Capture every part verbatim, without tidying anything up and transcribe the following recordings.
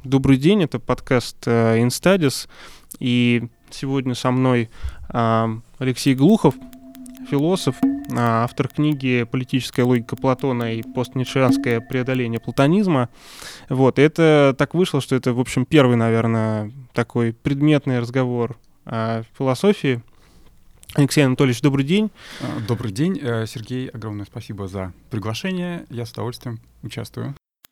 Добрый день, это подкаст InStudies, и сегодня со мной Алексей Глухов, философ, автор книги «Политическая логика Платона и постницшеанское преодоление платонизма». Вот, и это так вышло, что это, в общем, первый, наверное, такой предметный разговор о философии. Алексей Анатольевич, добрый день. Добрый день, Сергей, огромное спасибо за приглашение, я с удовольствием участвую.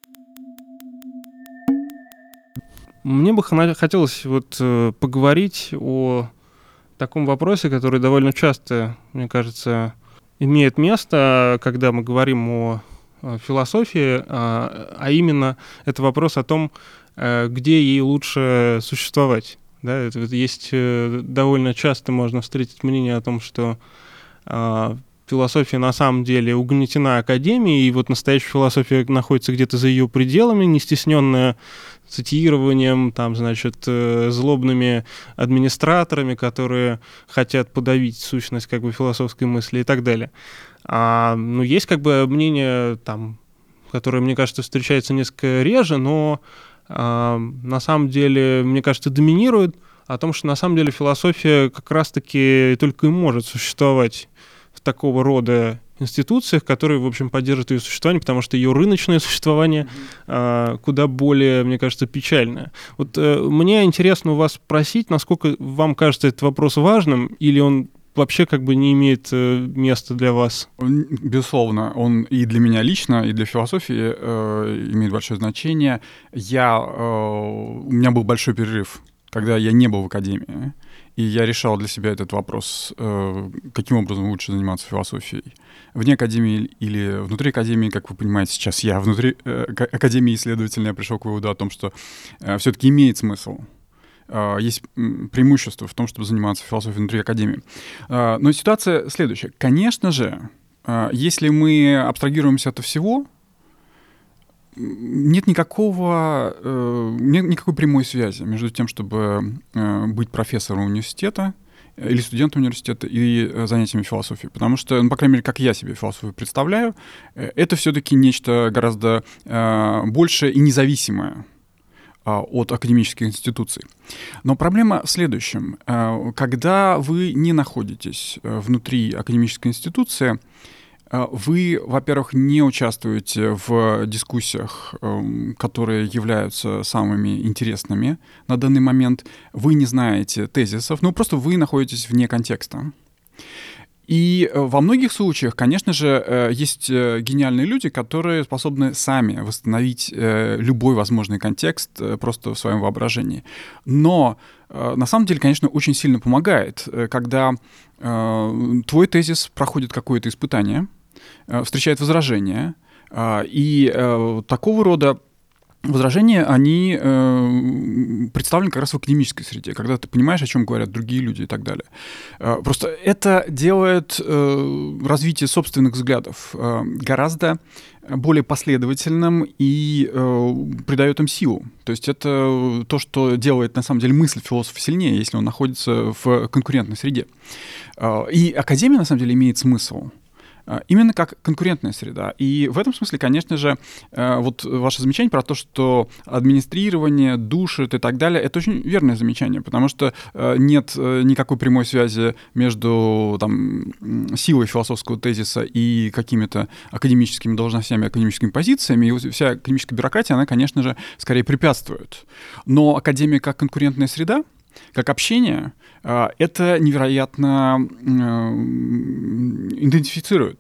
Мне бы хотелось вот поговорить о таком вопросе, который довольно часто, мне кажется, имеет место, когда мы говорим о философии, а именно это вопрос о том, где ей лучше существовать. Да, это есть довольно часто можно встретить мнение о том, что философия на самом деле угнетена академией, и вот настоящая философия находится где-то за ее пределами, не стесненная цитированием, там, значит, злобными администраторами, которые хотят подавить сущность как бы философской мысли и так далее. А, ну, есть как бы мнение, там, которое, мне кажется, встречается несколько реже, но а, на самом деле, мне кажется, доминирует о том, что на самом деле философия как раз-таки только и может существовать в такого рода институциях, которые, в общем, поддерживают ее существование, потому что ее рыночное существование mm-hmm. а, куда более, мне кажется, печальное. Вот а, мне интересно у вас спросить, насколько вам кажется этот вопрос важным, или он вообще как бы не имеет э, места для вас? Безусловно, он и для меня лично, и для философии э, имеет большое значение. Я, э, у меня был большой перерыв, когда я не был в академии, и я решал для себя этот вопрос, э, каким образом лучше заниматься философией. Вне академии или внутри академии, как вы понимаете, сейчас я внутри э, академии, и, следовательно, я пришел к выводу о том, что э, все-таки имеет смысл. Э, есть преимущество в том, чтобы заниматься философией внутри академии. Э, но ситуация следующая. Конечно же, э, если мы абстрагируемся от всего, нет никакого, э, нет никакой прямой связи между тем, чтобы э, быть профессором университета или студентом университета и э, занятиями философией. Потому что, ну, по крайней мере, как я себе философию представляю, э, это все-таки нечто гораздо э, большее и независимое э, от академических институций. Но проблема в следующем. Э, когда вы не находитесь э, внутри академической институции, вы, во-первых, не участвуете в дискуссиях, которые являются самыми интересными на данный момент. Вы не знаете тезисов, ну просто вы находитесь вне контекста. И во многих случаях, конечно же, есть гениальные люди, которые способны сами восстановить любой возможный контекст просто в своем воображении. Но на самом деле, конечно, очень сильно помогает, когда твой тезис проходит какое-то испытание, встречает возражения, и такого рода возражения, они э, представлены как раз в академической среде, когда ты понимаешь, о чем говорят другие люди и так далее. Э, просто это делает э, развитие собственных взглядов э, гораздо более последовательным и э, придает им силу. То есть это то, что делает на самом деле мысль философа сильнее, если он находится в конкурентной среде. Э, и академия на самом деле имеет смысл именно как конкурентная среда. И в этом смысле, конечно же, вот ваше замечание про то, что администрирование душит и так далее, это очень верное замечание, потому что нет никакой прямой связи между там, силой философского тезиса и какими-то академическими должностями, академическими позициями. И вся академическая бюрократия, она, конечно же, скорее препятствует. Но академия как конкурентная среда, как общение, это невероятно идентифицирует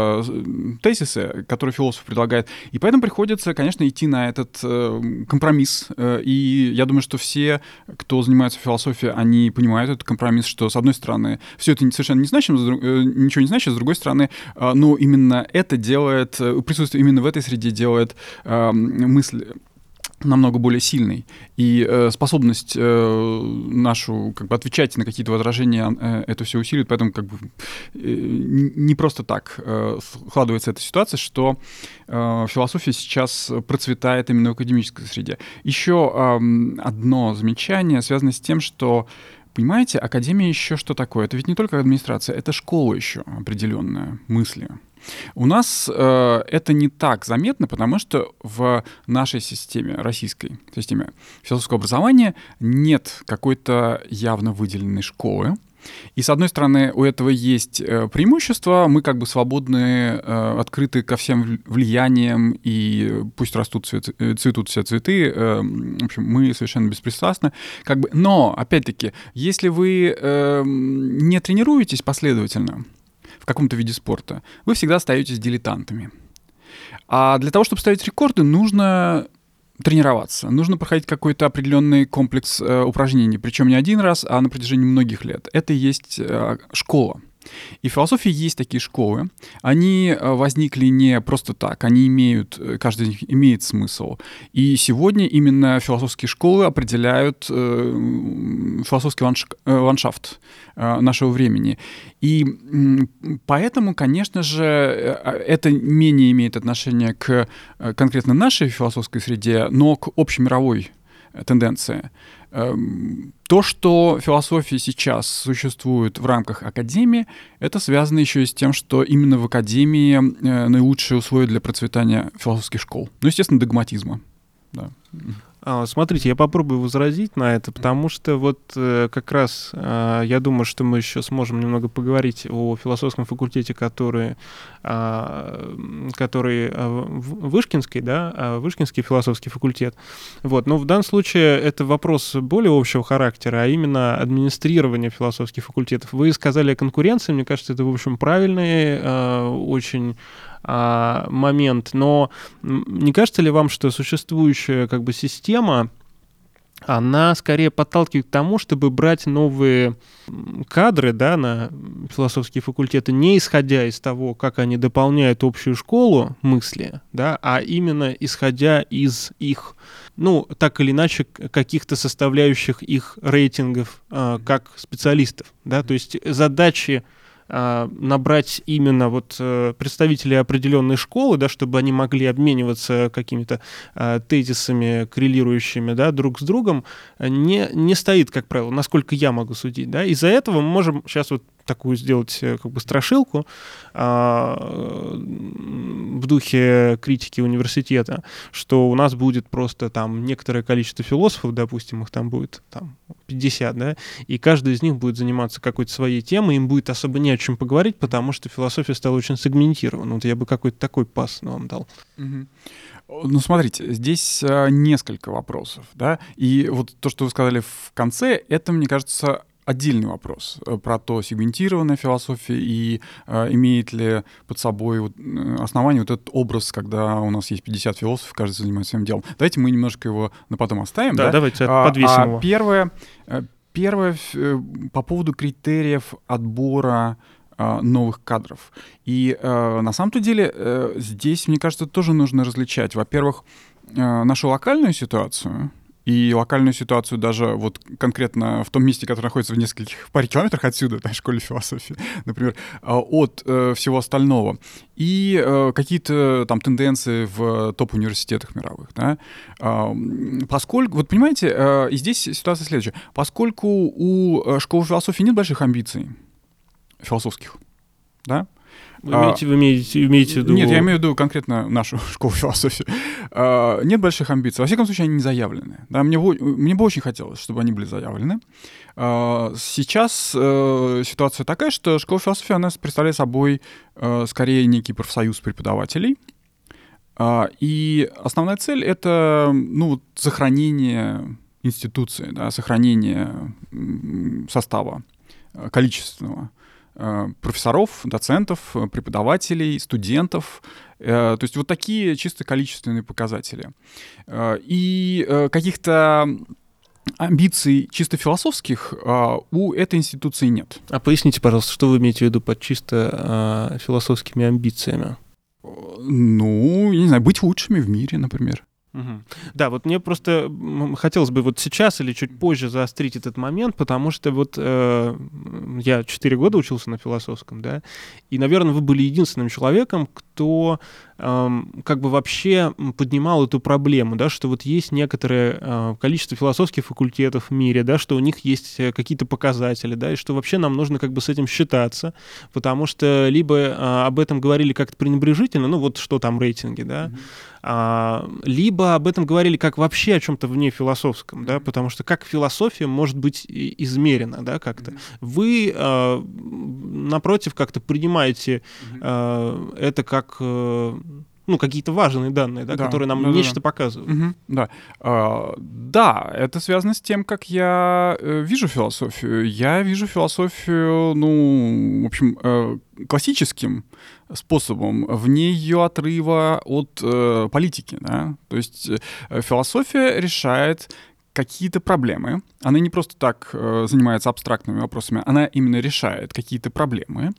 тезисы, которые философ предлагает. И поэтому приходится, конечно, идти на этот компромисс. И я думаю, что все, кто занимается философией, они понимают этот компромисс, что, с одной стороны, все это совершенно не значит, ничего не значит, с другой стороны, но именно это делает, присутствие именно в этой среде делает мысль намного более сильный. И э, способность э, нашу как бы отвечать на какие-то возражения э, это все усиливает. Поэтому как бы э, не просто так э, складывается эта ситуация, что э, философия сейчас процветает именно в академической среде. Еще э, одно замечание связано с тем, что Понимаете, академия еще что такое? Это ведь не только администрация, это школа еще определенная мысли. У нас э, это не так заметно, потому что в нашей системе, российской системе философского образования нет какой-то явно выделенной школы. И, с одной стороны, у этого есть э, преимущество, мы как бы свободны, э, открыты ко всем влияниям, и пусть растут, цвет, цветут все цветы, э, в общем, мы совершенно беспристрастны. Как бы, но, опять-таки, если вы э, не тренируетесь последовательно в каком-то виде спорта, вы всегда остаетесь дилетантами. А для того, чтобы ставить рекорды, нужно тренироваться. Нужно проходить какой-то определенный комплекс э, упражнений, причем не один раз, а на протяжении многих лет. Это и есть э, школа. И в философии есть такие школы. Они возникли не просто так, они имеют, каждый из них имеет смысл. И сегодня именно философские школы определяют э, философский ландш, э, ландшафт э, нашего времени. И э, поэтому, конечно же, это менее имеет отношение к конкретно нашей философской среде, но к общемировой тенденции. То, что философия сейчас существует в рамках академии, это связано еще и с тем, что именно в академии наилучшие условия для процветания философских школ. Ну, естественно, догматизма. Да. Смотрите, я попробую возразить на это, потому что вот э, как раз э, я думаю, что мы еще сможем немного поговорить о философском факультете, который, э, который э, Вышкинский, да, Вышкинский философский факультет. Вот. Но в данном случае это вопрос более общего характера, а именно администрирование философских факультетов. Вы сказали о конкуренции, мне кажется, это, в общем, правильный, э, очень момент, но не кажется ли вам, что существующая как бы система, она скорее подталкивает к тому, чтобы брать новые кадры, да, на философские факультеты, не исходя из того, как они дополняют общую школу мысли, да, а именно исходя из их, ну, так или иначе, каких-то составляющих их рейтингов э, как специалистов, да, то есть задачи набрать именно вот представителей определенной школы, да, чтобы они могли обмениваться какими-то а, тезисами, коррелирующими, да, друг с другом, не, не стоит, как правило, насколько я могу судить. Да. Из-за этого мы можем сейчас вот такую сделать как бы страшилку а, в духе критики университета, что у нас будет просто там некоторое количество философов, допустим, их там будет там пятьдесят, да, и каждый из них будет заниматься какой-то своей темой, им будет особо не о чем поговорить, потому что философия стала очень сегментирована. Вот я бы какой-то такой пас вам дал. Угу. Ну, смотрите, здесь а, несколько вопросов, да, и вот то, что вы сказали в конце, это, мне кажется, отдельный вопрос про то, сегментированная философия и э, имеет ли под собой вот, основание вот этот образ, когда у нас есть пятьдесят философов, каждый занимается своим делом. Давайте мы немножко его на потом оставим. Да, да? давайте а, подвесим а его. Первое, первое по поводу критериев отбора э, новых кадров. И э, на самом-то деле э, здесь, мне кажется, тоже нужно различать, во-первых, э, нашу локальную ситуацию, и локальную ситуацию даже вот конкретно в том месте, которое находится в нескольких паре километрах отсюда, на школе философии, например, от э, всего остального. И э, какие-то там тенденции в топ-университетах мировых. Да? Э, поскольку, вот понимаете, э, и здесь ситуация следующая. Поскольку у школы философии нет больших амбиций философских, да? Вы имеете, вы имеете, имеете в виду... Нет, я имею в виду конкретно нашу школу философии. Uh, нет больших амбиций. Во всяком случае, они не заявлены. Да, мне, мне бы очень хотелось, чтобы они были заявлены. Uh, сейчас uh, ситуация такая, что школа философии, она представляет собой uh, скорее некий профсоюз преподавателей. Uh, и основная цель — это ну, сохранение институции, да, сохранение состава количественного. Профессоров, доцентов, преподавателей, студентов. То есть вот такие чисто количественные показатели. И каких-то амбиций чисто философских у этой институции нет. А поясните, пожалуйста, что вы имеете в виду под чисто философскими амбициями? Ну, я не знаю, быть лучшими в мире, например. Угу. Да, вот мне просто хотелось бы вот сейчас или чуть позже заострить этот момент, потому что вот э, я четыре года учился на философском, да, и, наверное, вы были единственным человеком, кто кто эм, как бы вообще поднимал эту проблему, да, что вот есть некоторое э, количество философских факультетов в мире, да, что у них есть какие-то показатели, да, и что вообще нам нужно как бы с этим считаться, потому что либо э, об этом говорили как-то пренебрежительно, ну вот что там рейтинги, да, mm-hmm. а, либо об этом говорили как вообще о чем-то вне философском, mm-hmm. да, потому что как философия может быть измерена, да, как-то. Mm-hmm. Вы, э, напротив, как-то принимаете mm-hmm. э, это как... Э, ну, какие-то важные данные, да, да, которые нам да, нечто да. показывают. Угу, да. А, да, это связано с тем, как я э, вижу философию. Я вижу философию, ну, в общем, э, классическим способом, вне ее отрыва от э, политики, да. То есть э, философия решает какие-то проблемы. Она не просто так э, занимается абстрактными вопросами, она именно решает какие-то проблемы,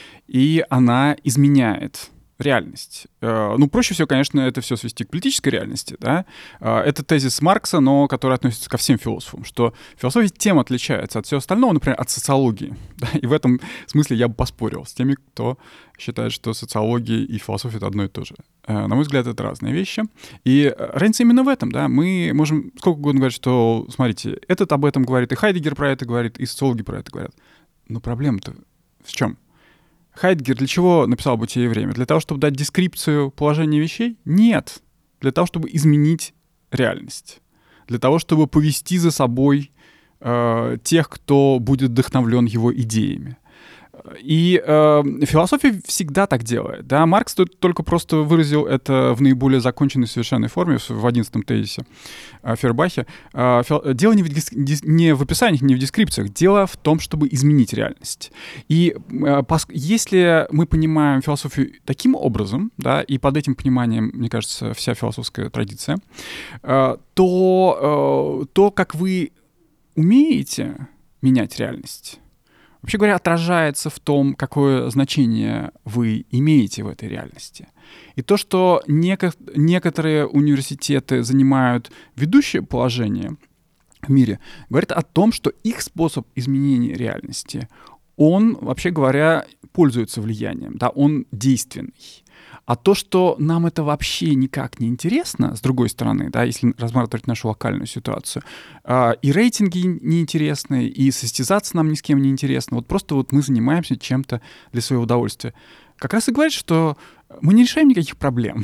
и она изменяет реальность. Ну, проще всего, конечно, это все свести к политической реальности, да. Это тезис Маркса, но который относится ко всем философам, что философия тем отличается от всего остального, например, от социологии. Да? И в этом смысле я бы поспорил с теми, кто считает, что социология и философия — это одно и то же. На мой взгляд, это разные вещи. И разница именно в этом, да. Мы можем сколько угодно говорить, что, смотрите, этот об этом говорит, и Хайдеггер про это говорит, и социологи про это говорят. Но проблема-то в чем? Хайдеггер для чего написал «Бытие и время»? Для того, чтобы дать дескрипцию положения вещей? Нет. Для того, чтобы изменить реальность. Для того, чтобы повести за собой э, тех, кто будет вдохновлен его идеями. И э, философия всегда так делает. Да? Маркс тут только просто выразил это в наиболее законченной совершенной форме в одиннадцатом тезисе э, Фейербахе. Э, фил... Дело не в, дис... не в описаниях, не в дескрипциях. Дело в том, чтобы изменить реальность. И э, пос... если мы понимаем философию таким образом, да, и под этим пониманием, мне кажется, вся философская традиция, э, то э, то, как вы умеете менять реальность, вообще говоря, отражается в том, какое значение вы имеете в этой реальности. И то, что неко- некоторые университеты занимают ведущее положение в мире, говорит о том, что их способ изменения реальности, он, вообще говоря, пользуется влиянием, да, он действенный. А то, что нам это вообще никак не интересно, с другой стороны, да, если рассматривать нашу локальную ситуацию, э, и рейтинги неинтересны, и состязаться нам ни с кем не интересно, вот просто вот мы занимаемся чем-то для своего удовольствия, как раз и говорит, что мы не решаем никаких проблем.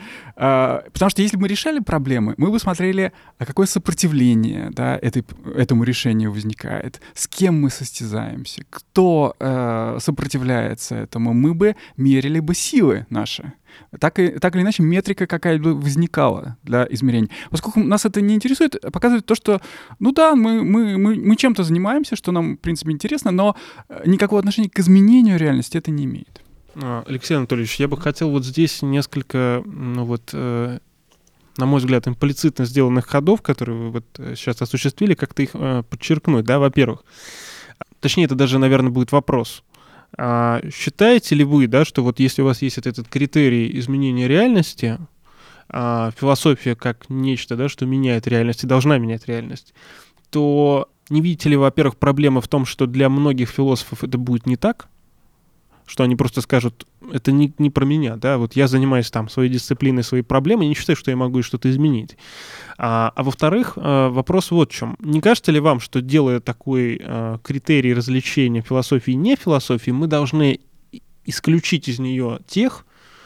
Потому что если бы мы решали проблемы, мы бы смотрели, а какое сопротивление, да, этой, этому решению возникает, с кем мы состязаемся, кто э, сопротивляется этому. Мы бы мерили бы силы наши. Так, и, так или иначе, метрика какая-то возникала для измерений. Поскольку нас это не интересует, показывает то, что, ну да, мы, мы, мы, мы чем-то занимаемся, что нам, в принципе, интересно, но никакого отношения к изменению реальности это не имеет. Алексей Анатольевич, я бы хотел вот здесь несколько, ну вот, э, на мой взгляд, имплицитно сделанных ходов, которые вы вот сейчас осуществили, как-то их э, подчеркнуть, да, во-первых. Точнее, это даже, наверное, будет вопрос. А считаете ли вы, да, что вот если у вас есть этот, этот критерий изменения реальности, а философия как нечто, да, что меняет реальность и должна менять реальность, то не видите ли, во-первых, проблема в том, что для многих философов это будет не так, что они просто скажут, это не, не про меня, да, вот я занимаюсь там своей дисциплиной, своей проблемой, не считаю, что я могу что-то изменить. А, а во-вторых, вопрос вот в чем. Не кажется ли вам, что, делая такой а, критерий различения философии и не философии, мы должны исключить из нее тех,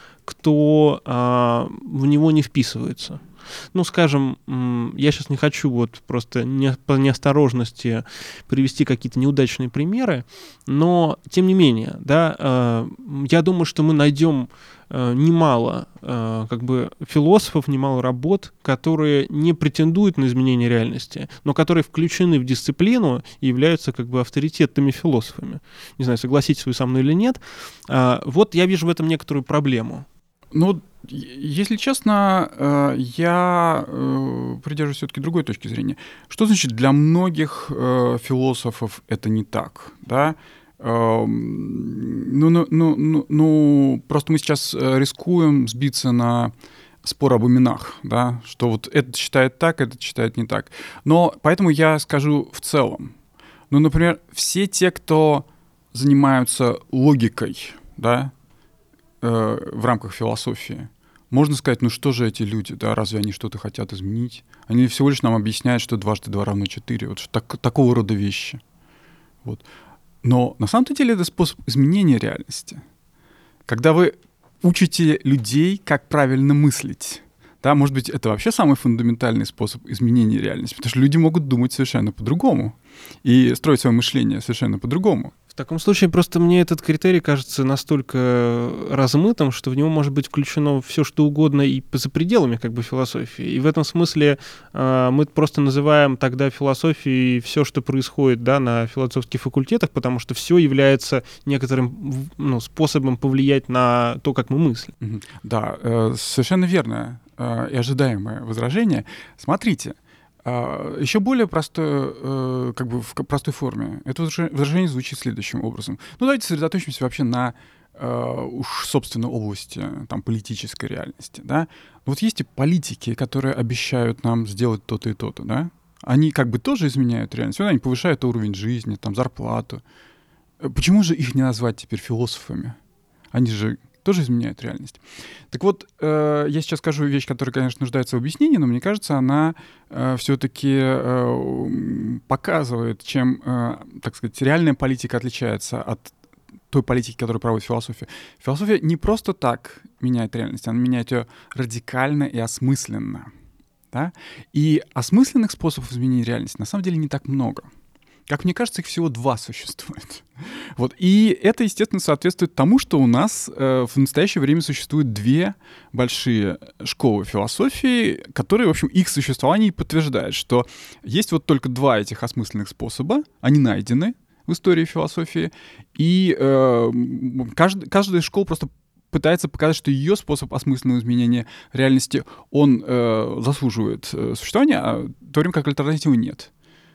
кто а, в него не вписывается? Ну, скажем, я сейчас не хочу вот просто не, по неосторожности привести какие-то неудачные примеры, но, тем не менее, да, э, я думаю, что мы найдем э, немало э, как бы философов, немало работ, которые не претендуют на изменение реальности, но которые включены в дисциплину и являются как бы авторитетными философами. Не знаю, согласитесь вы со мной или нет. Э, вот я вижу в этом некоторую проблему. Ну, если честно, я придерживаюсь все-таки другой точки зрения. Что значит для многих философов это не так, да? Ну, ну, ну, ну, ну, просто мы сейчас рискуем сбиться на спор об именах, да? Что вот этот считает так, этот считает не так. Но поэтому я скажу в целом. Ну, например, все те, кто занимаются логикой, да, э, в рамках философии, можно сказать, ну что же эти люди, да, разве они что-то хотят изменить? Они всего лишь нам объясняют, что дважды два равно четыре, вот так, такого рода вещи. Вот. Но на самом деле это способ изменения реальности. Когда вы учите людей, как правильно мыслить, да, может быть, это вообще самый фундаментальный способ изменения реальности, потому что люди могут думать совершенно по-другому и строить свое мышление совершенно по-другому. В таком случае просто мне этот критерий кажется настолько размытым, что в него может быть включено все, что угодно и за пределами как бы философии. И в этом смысле э, мы просто называем тогда философией все, что происходит, да, на философских факультетах, потому что все является некоторым, ну, способом повлиять на то, как мы мыслим. Mm-hmm. Да, э, совершенно верно э, и ожидаемое возражение. Смотрите, еще более простое, как бы в простой форме. Это возражение звучит следующим образом. Ну, давайте сосредоточимся вообще на уж собственной области там, политической реальности. Да? Вот есть и политики, которые обещают нам сделать то-то и то-то. Да? Они как бы тоже изменяют реальность. Они повышают уровень жизни, там, зарплату. Почему же их не назвать теперь философами? Они же тоже изменяют реальность. Так вот, э, я сейчас скажу вещь, которая, конечно, нуждается в объяснении, но мне кажется, она э, все-таки э, показывает, чем, э, так сказать, реальная политика отличается от той политики, которую проводит философия. Философия не просто так меняет реальность, она меняет ее радикально и осмысленно. Да? И осмысленных способов изменения реальности на самом деле не так много. Как мне кажется, их всего два существует. Вот. И это, естественно, соответствует тому, что у нас э, в настоящее время существуют две большие школы философии, которые, в общем, их существование подтверждают, что есть вот только два этих осмысленных способа, они найдены в истории философии, и э, кажд, каждая школа просто пытается показать, что ее способ осмысленного изменения реальности, он э, заслуживает э, существования, а в то время как альтернативы нет.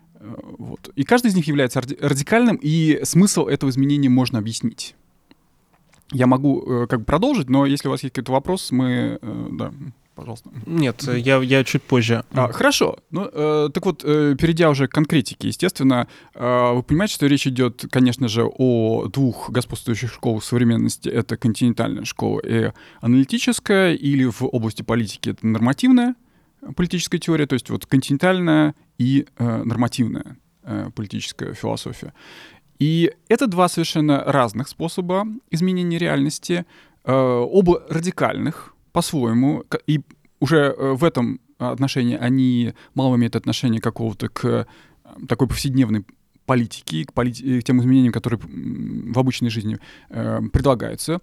Вот. И каждый из них является радикальным, и смысл этого изменения можно объяснить. Я могу э, как бы продолжить, но если у вас есть какой-то вопрос, мы... Э, да, пожалуйста. Нет, я, я чуть позже. А, хорошо. Ну, э, так вот, э, перейдя уже к конкретике, естественно, э, вы понимаете, что речь идет, конечно же, о двух господствующих школах современности. Это континентальная школа и аналитическая, или в области политики это нормативная политическая теория, то есть вот континентальная и э, нормативная э, политическая философия. И это два совершенно разных способа изменения реальности, э, оба радикальных по-своему, и уже э, в этом отношении они мало имеют отношения какого-то к э, такой повседневной политике, к, полит... к тем изменениям, которые в обычной жизни э, предлагаются.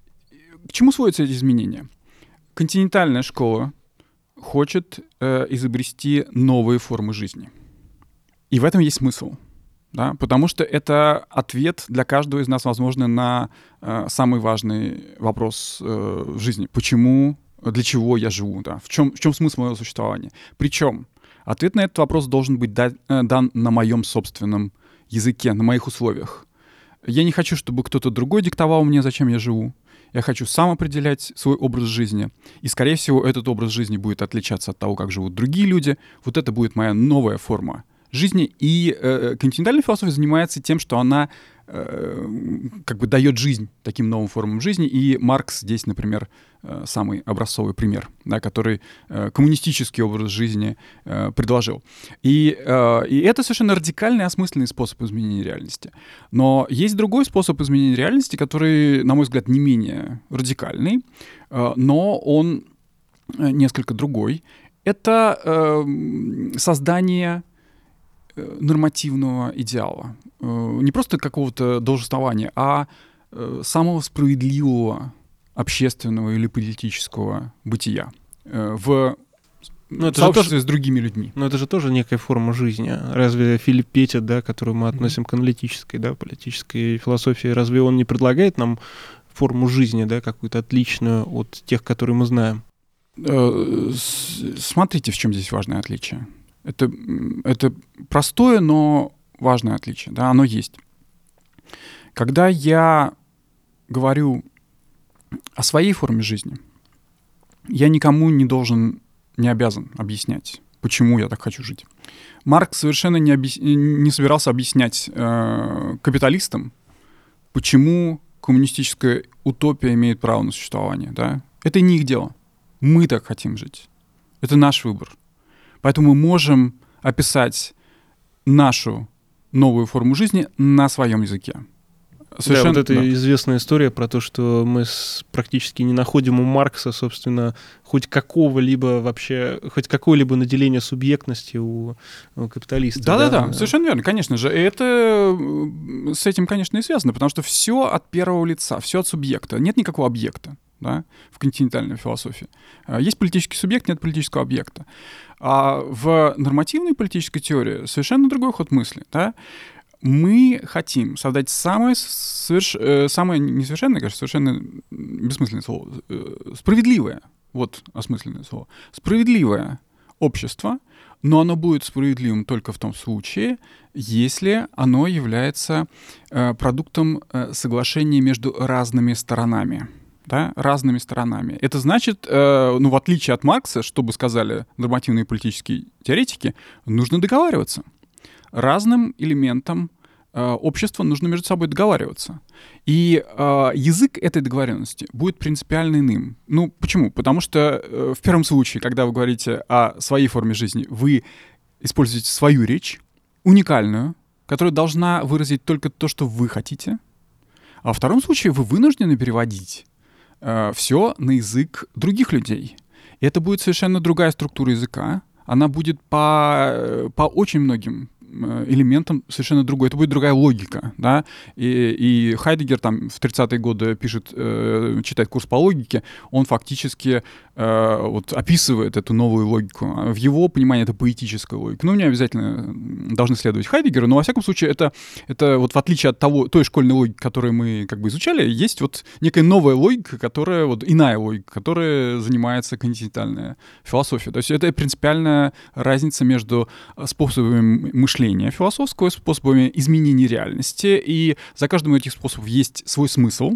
К чему сводятся эти изменения? Континентальная школа хочет э, изобрести новые формы жизни. И в этом есть смысл. Да? Потому что это ответ для каждого из нас, возможно, на э, самый важный вопрос э, в жизни. Почему, для чего я живу? Да? В чем, в чем смысл моего существования? Причем ответ на этот вопрос должен быть да, э, дан на моем собственном языке, на моих условиях. Я не хочу, чтобы кто-то другой диктовал мне, зачем я живу. Я хочу сам определять свой образ жизни. И, скорее всего, этот образ жизни будет отличаться от того, как живут другие люди. Вот это будет моя новая форма жизни. И э, континентальная философия занимается тем, что она э, как бы дает жизнь таким новым формам жизни. И Маркс здесь, например, э, самый образцовый пример, да, который э, коммунистический образ жизни э, предложил. И, э, и это совершенно радикальный, осмысленный способ изменения реальности. Но есть другой способ изменения реальности, который, на мой взгляд, не менее радикальный, э, но он несколько другой. Это э, создание нормативного идеала. Не просто какого-то должествования, а самого справедливого общественного или политического бытия в ну, это сообществе тоже, с другими людьми. Но это же тоже некая форма жизни. Разве Филипп Петя, да, которую мы относим mm-hmm. к аналитической, да, политической философии, разве он не предлагает нам форму жизни, да, какую-то отличную от тех, которые мы знаем? Смотрите, в чем здесь важное отличие. Это, это простое, но важное отличие. Да, оно есть. Когда я говорю о своей форме жизни, я никому не должен, не обязан объяснять, почему я так хочу жить. Маркс совершенно не, объяс... не собирался объяснять э, капиталистам, почему коммунистическая утопия имеет право на существование, да? Это не их дело. Мы так хотим жить. Это наш выбор. Поэтому мы можем описать нашу новую форму жизни на своем языке. Совершенно, да, вот эта да. известная история про то, что мы с, практически не находим у Маркса, собственно, хоть какого-либо вообще, хоть какое-либо наделение субъектности у, у капиталиста. Да-да-да, да? совершенно верно, конечно же. И это с этим, конечно, и связано, потому что все от первого лица, все от субъекта. Нет никакого объекта, да, в континентальной философии. Есть политический субъект, нет политического объекта. А в нормативной политической теории совершенно другой ход мысли, да. Мы хотим создать самое, соверш... самое несовершенное, конечно, совершенно бессмысленное слово, справедливое, вот осмысленное слово, справедливое общество, но оно будет справедливым только в том случае, если оно является продуктом соглашения между разными сторонами. Да, разными сторонами. Это значит, ну, в отличие от Маркса, что бы сказали нормативные политические теоретики, нужно договариваться. Разным элементам э, общества нужно между собой договариваться. И э, язык этой договоренности будет принципиально иным. Ну, почему? Потому что э, в первом случае, когда вы говорите о своей форме жизни, вы используете свою речь, уникальную, которая должна выразить только то, что вы хотите. А во втором случае вы вынуждены переводить э, все на язык других людей. И это будет совершенно другая структура языка. Она будет по, по очень многим элементом совершенно другой. Это будет другая логика, да, и, и Хайдеггер там в тридцатые годы пишет, э, читает курс по логике, он фактически э, вот описывает эту новую логику. В его понимании это поэтическая логика. Ну, не обязательно должны следовать Хайдеггеру, но во всяком случае это, это вот в отличие от того, той школьной логики, которую мы как бы изучали, есть вот некая новая логика, которая, вот иная логика, которая занимается континентальная философия. То есть это принципиальная разница между способами мышления философского, способами изменения реальности, и за каждым из этих способов есть свой смысл.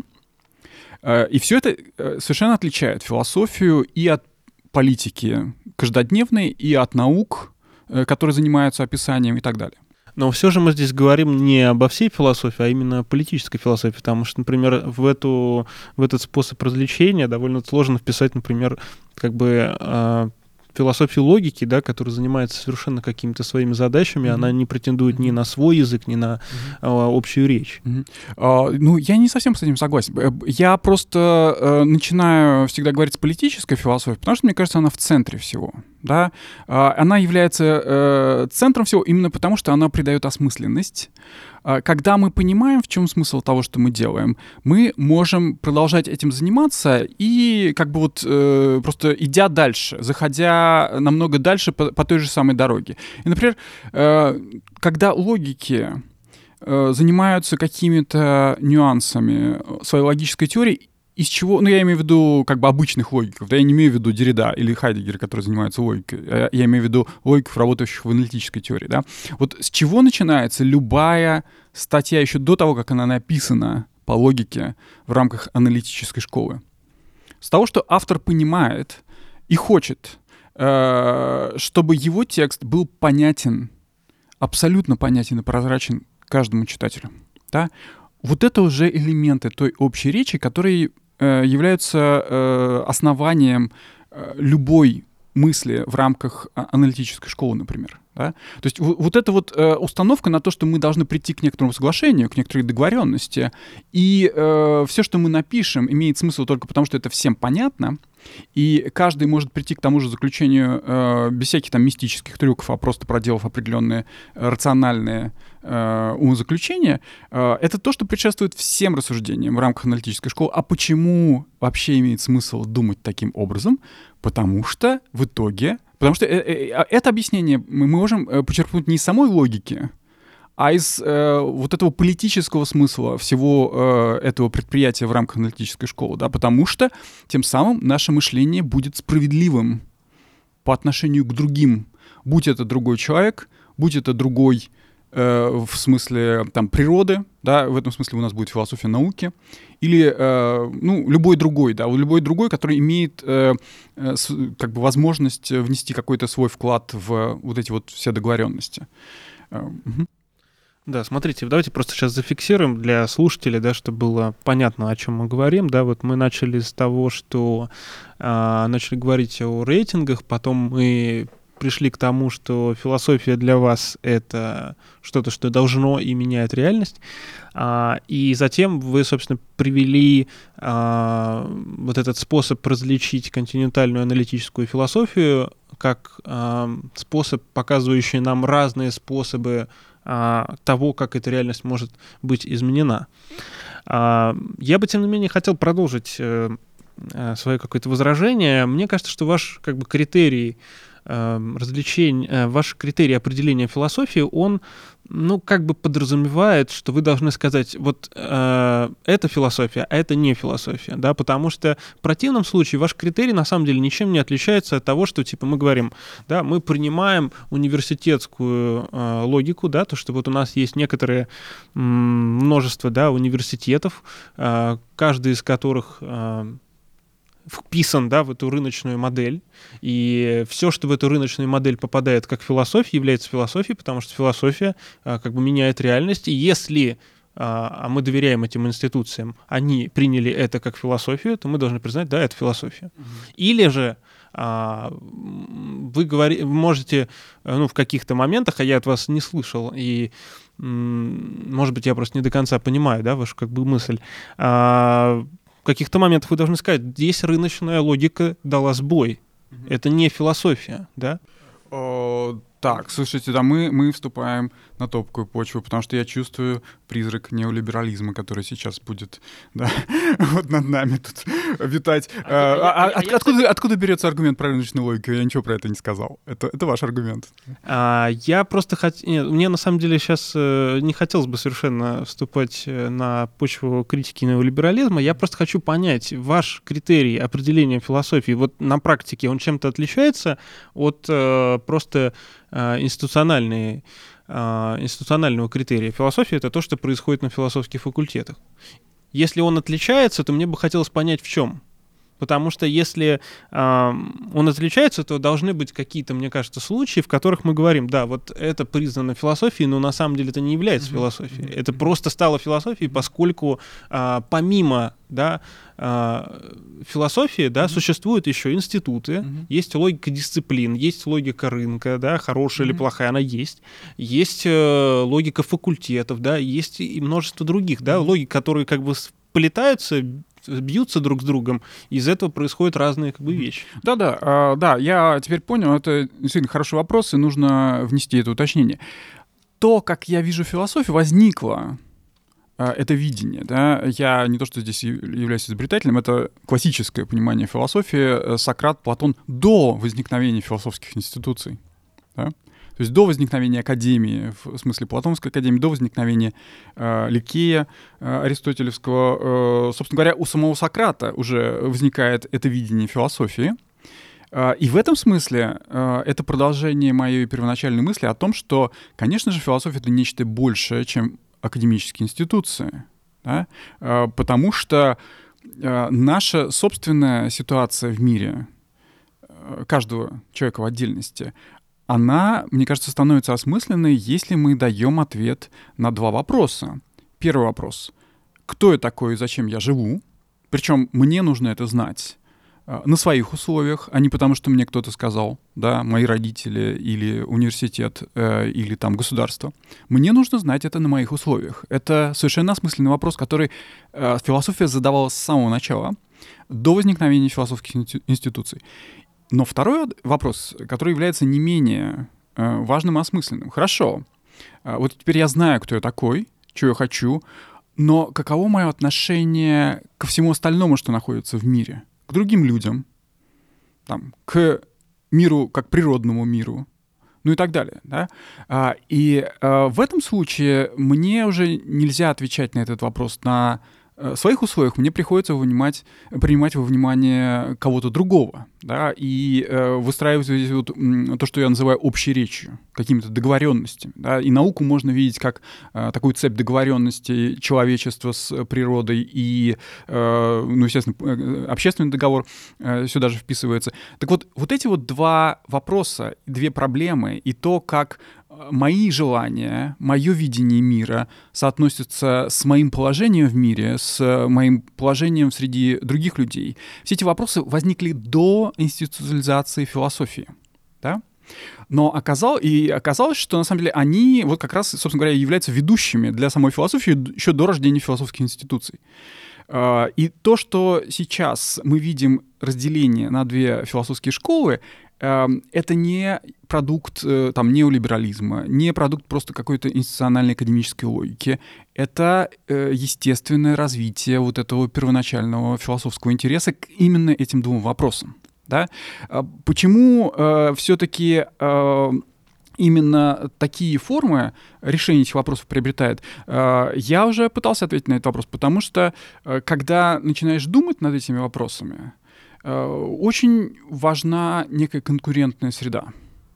И все это совершенно отличает философию и от политики каждодневной, и от наук, которые занимаются описанием и так далее. Но все же мы здесь говорим не обо всей философии, а именно о политической философии, потому что, например, в, эту, в этот способ развлечения довольно сложно вписать, например, как бы философию логики, да, которая занимается совершенно какими-то своими задачами, mm-hmm. она не претендует ни на свой язык, ни на mm-hmm. а, общую речь. Mm-hmm. Uh, ну, я не совсем с этим согласен. Я просто uh, начинаю всегда говорить с политической философией, потому что, мне кажется, она в центре всего. Да? Uh, она является uh, центром всего именно потому, что она придает осмысленность. Когда мы понимаем, в чем смысл того, что мы делаем, мы можем продолжать этим заниматься и как бы вот э, просто идя дальше, заходя намного дальше по, по той же самой дороге. И, например, э, когда логики э, занимаются какими-то нюансами своей логической теории, из чего, ну, я имею в виду как бы обычных логиков, да, я не имею в виду Деррида или Хайдеггера, которые занимаются логикой, я имею в виду логиков, работающих в аналитической теории, да. Вот с чего начинается любая статья еще до того, как она написана по логике в рамках аналитической школы? С того, что автор понимает и хочет, чтобы его текст был понятен, абсолютно понятен и прозрачен каждому читателю, да. Вот это уже элементы той общей речи, которые э, являются э, основанием э, любой мысли в рамках аналитической школы, например. Да? То есть в, вот эта вот э, установка на то, что мы должны прийти к некоторому соглашению, к некоторой договоренности, и э, все, что мы напишем, имеет смысл только потому, что это всем понятно, и каждый может прийти к тому же заключению э, без всяких там мистических трюков, а просто проделав определенные рациональные э, умозаключения. Э, это то, что предшествует всем рассуждениям в рамках аналитической школы. А почему вообще имеет смысл думать таким образом? Потому что в итоге... Потому что это объяснение мы можем почерпнуть не из самой логики, а из э, вот этого политического смысла всего э, этого предприятия в рамках аналитической школы, да, потому что тем самым наше мышление будет справедливым по отношению к другим, будь это другой человек, будь это другой э, в смысле там природы, да, в этом смысле у нас будет философия науки, или э, ну, любой другой, да, любой другой, который имеет э, э, с, как бы возможность внести какой-то свой вклад в вот эти вот все договоренности. Э, угу. Да, смотрите, давайте просто сейчас зафиксируем для слушателей, да, чтобы было понятно, о чем мы говорим. Да, вот мы начали с того, что э, начали говорить о рейтингах, потом мы пришли к тому, что философия для вас — это что-то, что должно и меняет реальность. А, и затем вы, собственно, привели а, вот этот способ различить континентальную аналитическую философию как а, способ, показывающий нам разные способы а, того, как эта реальность может быть изменена. А, я бы, тем не менее, хотел продолжить а, свое какое-то возражение. Мне кажется, что ваш как бы критерий развлечение, ваш критерий определения философии, он, ну, как бы подразумевает, что вы должны сказать, вот э, это философия, а это не философия, да, потому что в противном случае ваш критерий на самом деле ничем не отличается от того, что, типа, мы говорим, да, мы принимаем университетскую э, логику, да, то, что вот у нас есть некоторое м, множество, да, университетов, э, каждый из которых э, вписан, да, в эту рыночную модель, и все, что в эту рыночную модель попадает как философия, является философией, потому что философия а, как бы меняет реальность, и если, а, а мы доверяем этим институциям, они приняли это как философию, то мы должны признать, да, это философия. Mm-hmm. Или же а, вы, говори, вы можете, ну, в каких-то моментах, а я от вас не слышал, и может быть, я просто не до конца понимаю, да, вашу как бы мысль, а, в каких-то моментах вы должны сказать, здесь рыночная логика дала сбой. Mm-hmm. Это не философия, да? О, так, слушайте, да, мы, мы вступаем на топкую почву, потому что я чувствую призрак неолиберализма, который сейчас будет, да, вот над нами тут витать. А, а, я, а, я, от, я, откуда, я... откуда берется аргумент про рыночную логику? Я ничего про это не сказал. Это, это ваш аргумент. А, я просто хотел... Мне на самом деле сейчас э, не хотелось бы совершенно вступать на почву критики неолиберализма. Я просто хочу понять, ваш критерий определения философии вот на практике, он чем-то отличается от э, просто э, институциональной институционального критерия. Философия — это то, что происходит на философских факультетах. Если он отличается, то мне бы хотелось понять, в чем. Потому что если э, он отличается, то должны быть какие-то, мне кажется, случаи, в которых мы говорим, да, вот это признано философией, но на самом деле это не является mm-hmm. философией. Mm-hmm. Это просто стало философией, поскольку э, помимо, да, э, философии, да, mm-hmm. существуют еще институты, mm-hmm. есть логика дисциплин, есть логика рынка, да, хорошая mm-hmm. или плохая, она есть. Есть э, логика факультетов, да, есть и множество других, да, mm-hmm. логик, которые как бы сплетаются, бьются друг с другом, и из этого происходят разные как бы вещи. Да-да, э, да, я теперь понял, это действительно хороший вопрос, и нужно внести это уточнение. То, как я вижу философию, возникло э, это видение, да, я не то, что здесь являюсь изобретателем, это классическое понимание философии, Сократ, Платон до возникновения философских институций, да? То есть до возникновения академии, в смысле Платоновской академии, до возникновения э, Ликея э, аристотелевского, э, собственно говоря, у самого Сократа уже возникает это видение философии. Э, и в этом смысле э, это продолжение моей первоначальной мысли о том, что, конечно же, философия — это нечто большее, чем академические институции, да? э, потому что э, наша собственная ситуация в мире, э, каждого человека в отдельности, она, мне кажется, становится осмысленной, если мы даем ответ на два вопроса. Первый вопрос — кто я такой и зачем я живу? Причем мне нужно это знать э, на своих условиях, а не потому, что мне кто-то сказал, да, мои родители или университет, э, или там государство. Мне нужно знать это на моих условиях. Это совершенно осмысленный вопрос, который э, философия задавала с самого начала, до возникновения философских институций. Но второй вопрос, который является не менее э, важным и осмысленным. Хорошо, э, вот теперь я знаю, кто я такой, что я хочу, но каково мое отношение ко всему остальному, что находится в мире? К другим людям, там, к миру как природному миру, ну и так далее. Да? А, и а, в этом случае мне уже нельзя отвечать на этот вопрос на в своих условиях, мне приходится вынимать, принимать во внимание кого-то другого, да, и э, выстраивать вот, то, что я называю общей речью, какими-то договоренностями. Да, и науку можно видеть как э, такую цепь договоренностей человечества с природой, и, э, ну, естественно, общественный договор э, сюда же вписывается. Так вот, вот эти вот два вопроса, две проблемы, и то, как мои желания, мое видение мира соотносятся с моим положением в мире, с моим положением среди других людей. Все эти вопросы возникли до институциализации философии, да? Но оказал, и оказалось, что на самом деле они вот как раз, собственно говоря, являются ведущими для самой философии еще до рождения философских институций. И то, что сейчас мы видим разделение на две философские школы, это не продукт там, неолиберализма, не продукт просто какой-то институциональной академической логики. Это естественное развитие вот этого первоначального философского интереса к именно этим двум вопросам. Да? Почему э, все-таки э, именно такие формы решения этих вопросов приобретают? Э, я уже пытался ответить на этот вопрос, потому что э, когда начинаешь думать над этими вопросами, э, очень важна некая конкурентная среда.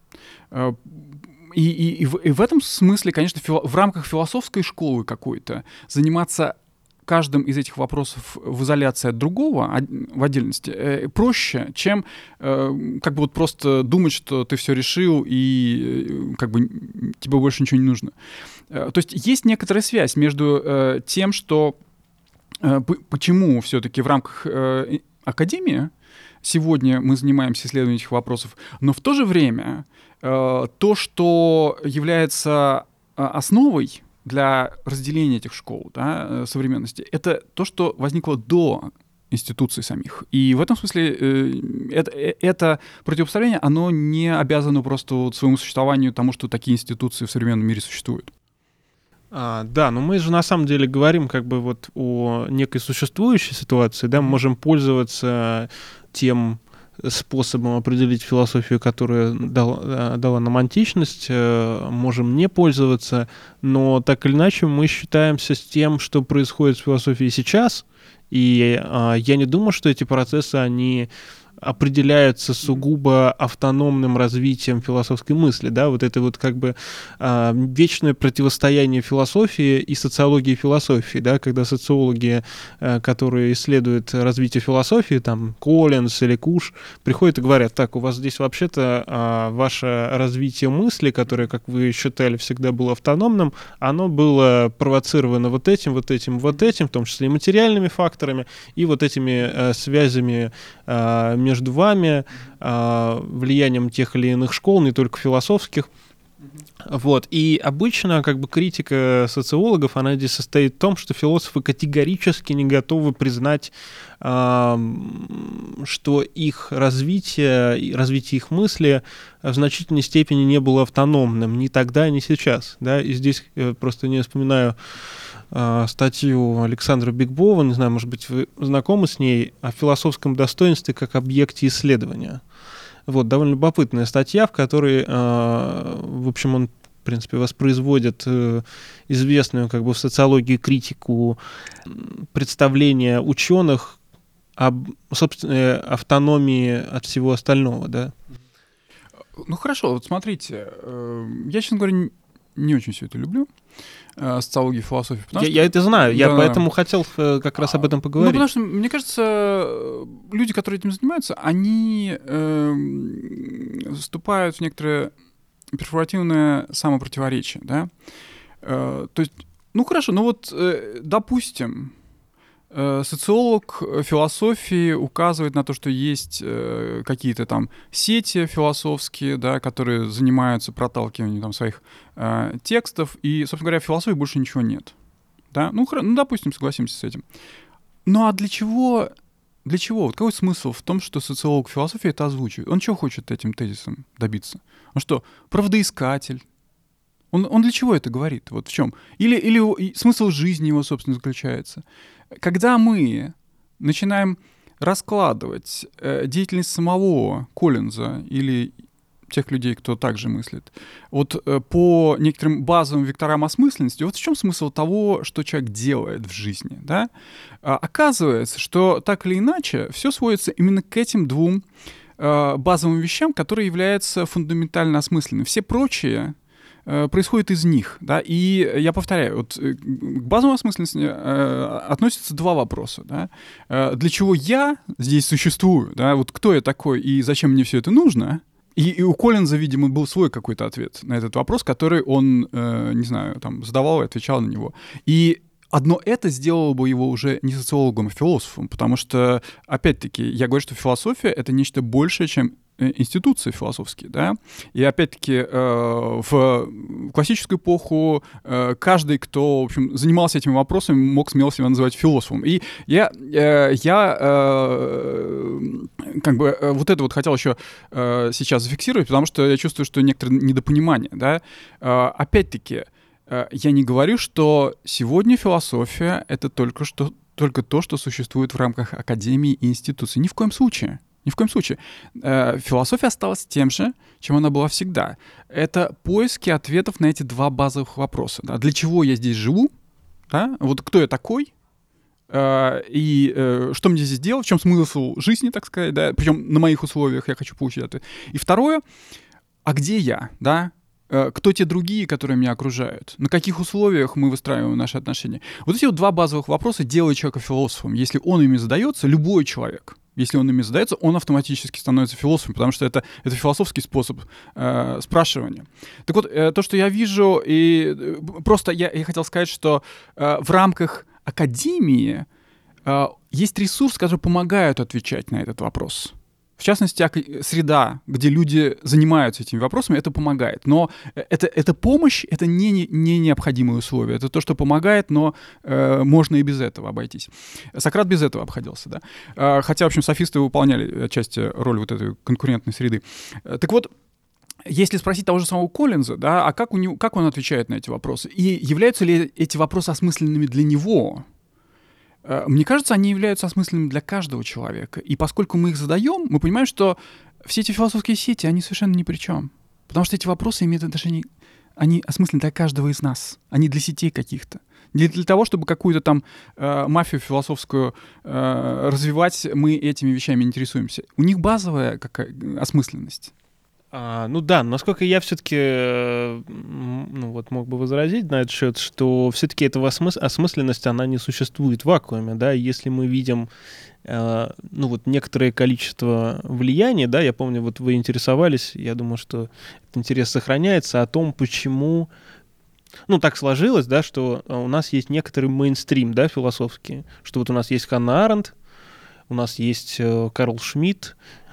Э, и, и, и, в, и в этом смысле, конечно, фило- в рамках философской школы какой-то заниматься каждым из этих вопросов в изоляции от другого, в отдельности, э, проще, чем э, как бы вот просто думать, что ты все решил и э, как бы тебе больше ничего не нужно. Э, то есть есть некоторая связь между э, тем, что э, п- почему все-таки в рамках э, академии сегодня мы занимаемся исследованием этих вопросов, но в то же время э, то, что является э, основой для разделения этих школ, да, современности, это то, что возникло до институций самих. И в этом смысле э, это, это противопоставление, оно не обязано просто вот своему существованию тому, что такие институции в современном мире существуют. А, да, но мы же на самом деле говорим как бы вот о некой существующей ситуации, да, мы можем пользоваться тем способом определить философию, которая дала, дала нам античность, можем не пользоваться, но так или иначе мы считаемся с тем, что происходит с философией сейчас, и а, я не думаю, что эти процессы, они определяются сугубо автономным развитием философской мысли, да, вот это вот как бы э, вечное противостояние философии и социологии философии, да, когда социологи, э, которые исследуют развитие философии, там, Коллинз или Куш, приходят и говорят, так, у вас здесь вообще-то э, ваше развитие мысли, которое, как вы считали, всегда было автономным, оно было провоцировано вот этим, вот этим, вот этим, в том числе и материальными факторами, и вот этими э, связями э, между вами, э, влиянием тех или иных школ, не только философских. Вот. И обычно как бы критика социологов, она здесь состоит в том, что философы категорически не готовы признать, э, что их развитие, развитие их мысли в значительной степени не было автономным ни тогда, ни сейчас. Да? И здесь я просто не вспоминаю статью Александра Бигбова, не знаю, может быть, вы знакомы с ней, о философском достоинстве как объекте исследования. Вот, довольно любопытная статья, в которой, в общем, он, в принципе, воспроизводит известную как бы в социологии критику представления ученых об собственной автономии от всего остального, да. Ну, хорошо, вот смотрите, я, честно говоря, не очень все это люблю. Социологии, философии. Я, что... я это знаю, я да. поэтому хотел как раз об этом поговорить. Ну, потому что, мне кажется, люди, которые этим занимаются, они э, вступают в некоторое перформативное самопротиворечие, да? Э, то есть, ну, хорошо, ну вот, э, допустим, э, социолог философии указывает на то, что есть э, какие-то там сети философские, да, которые занимаются проталкиванием там своих э, текстов, и, собственно говоря, в философии больше ничего нет. Да? Ну, ну, допустим, согласимся с этим. Ну, а для чего, для чего? Вот какой смысл в том, что социолог философии это озвучивает? Он чего хочет этим тезисом добиться? Он что, правдоискатель? Он, он для чего это говорит? Вот в чем? Или, или смысл жизни его, собственно, заключается? Когда мы начинаем раскладывать э, деятельность самого Коллинза или тех людей, кто также мыслит, вот э, по некоторым базовым векторам осмысленности, вот в чем смысл того, что человек делает в жизни, да? А, оказывается, что так или иначе все сводится именно к этим двум э, базовым вещам, которые являются фундаментально осмысленными. Все прочие происходит из них, да, и я повторяю, вот к базовому осмысленности э, относятся два вопроса, да, э, для чего я здесь существую, да, вот кто я такой и зачем мне все это нужно, И, и у Коллинза, видимо, был свой какой-то ответ на этот вопрос, который он, э, не знаю, там, задавал и отвечал на него. И одно это сделало бы его уже не социологом, а философом, потому что, опять-таки, я говорю, что философия — это нечто большее, чем институции философские, да, и опять-таки э, в классическую эпоху э, каждый, кто, в общем, занимался этими вопросами, мог смело себя называть философом. И я, э, я э, как бы э, вот это вот хотел еще э, сейчас зафиксировать, потому что я чувствую, что некоторое недопонимание, да. Э, опять-таки, э, я не говорю, что сегодня философия — это только, что, только то, что существует в рамках академии и институций. Ни в коем случае. Ни в коем случае. Философия осталась тем же, чем она была всегда. Это поиски ответов на эти два базовых вопроса. Да? Для чего я здесь живу? Да? Вот кто я такой? И что мне здесь делать? В чем смысл жизни, так сказать? Да? Причем на моих условиях я хочу получить ответ. И второе, а где я? Да? Кто те другие, которые меня окружают? На каких условиях мы выстраиваем наши отношения? Вот эти вот два базовых вопроса делают человека философом. Если он ими задается, любой человек, если он ими задается, он автоматически становится философом, потому что это, это философский способ э, спрашивания. Так вот, э, то, что я вижу, и э, просто я, я хотел сказать, что э, в рамках академии э, есть ресурсы, которые помогают отвечать на этот вопрос. В частности, среда, где люди занимаются этими вопросами, это помогает. Но это, это помощь, это не, не необходимые условия. Это то, что помогает, но э, можно и без этого обойтись. Сократ без этого обходился, да. Э, хотя, в общем, софисты выполняли отчасти роль вот этой конкурентной среды. Э, так вот, если спросить того же самого Коллинза, да, а как, у него, как он отвечает на эти вопросы? И являются ли эти вопросы осмысленными для него? Мне кажется, они являются осмысленными для каждого человека. И поскольку мы их задаем, мы понимаем, что все эти философские сети, они совершенно ни при чем. Потому что эти вопросы имеют отношение, они осмыслены для каждого из нас. Они для сетей каких-то. Не для того, чтобы какую-то там э, мафию философскую э, развивать, мы этими вещами интересуемся. У них базовая какая- осмысленность. А, ну да, насколько я все-таки ну, вот мог бы возразить на этот счет, что все-таки эта осмыс- осмысленность, она не существует в вакууме, да, если мы видим э, ну вот некоторое количество влияния, да, я помню, вот вы интересовались, я думаю, что этот интерес сохраняется, о том, почему, ну так сложилось, да, что у нас есть некоторый мейнстрим, да, философский, что вот у нас есть Ханна Аренд, у нас есть э, Карл Шмидт,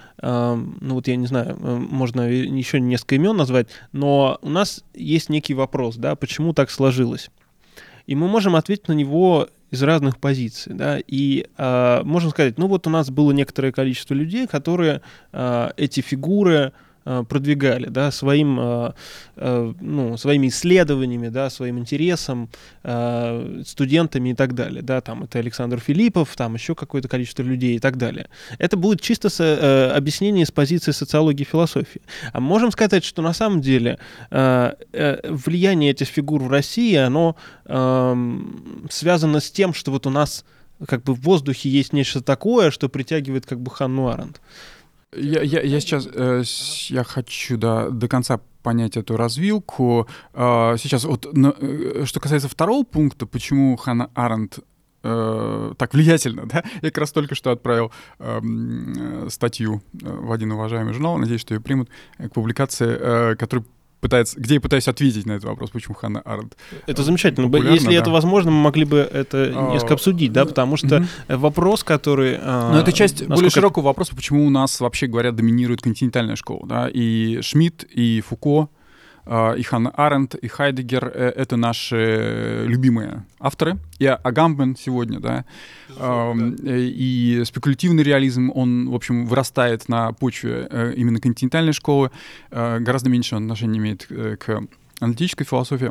ну вот я не знаю, можно еще несколько имен назвать, но у нас есть некий вопрос, да, почему так сложилось. И мы можем ответить на него из разных позиций, да, и э, можем сказать, ну вот у нас было некоторое количество людей, которые э, эти фигуры э, продвигали, да, своим, э, э, ну, своими исследованиями, да, своим интересом, э, студентами и так далее, да, там это Александр Филиппов, там еще какое-то количество людей и так далее. Это будет чисто со, э, объяснение с позиции социологии и философии. А можем сказать, что на самом деле э, э, влияние этих фигур в России, оно э, связано с тем, что вот у нас как бы в воздухе есть нечто такое, что притягивает как бы Ханну Аренд. Я, я, я сейчас э, я хочу да, до конца понять эту развилку. Э, сейчас вот на, э, что касается второго пункта, почему Ханна Аренд э, так влиятельна, да? Я как раз только что отправил э, э, статью в один уважаемый журнал, надеюсь, что ее примут к публикации, э, который пытается, где я пытаюсь ответить на этот вопрос, почему Ханна Аренд. Это замечательно. Если да. это возможно, мы могли бы это несколько обсудить, да, потому что mm-hmm. вопрос, который... Но это часть насколько... более широкого вопроса, почему у нас, вообще говоря, доминирует континентальная школа, да, и Шмидт, и Фуко, и Ханна Аренд, и Хайдеггер — это наши любимые авторы. И Агамбен сегодня, да. Безусловно, да. И спекулятивный реализм, он, в общем, вырастает на почве именно континентальной школы. Гораздо меньше он отношения имеет к аналитической философии.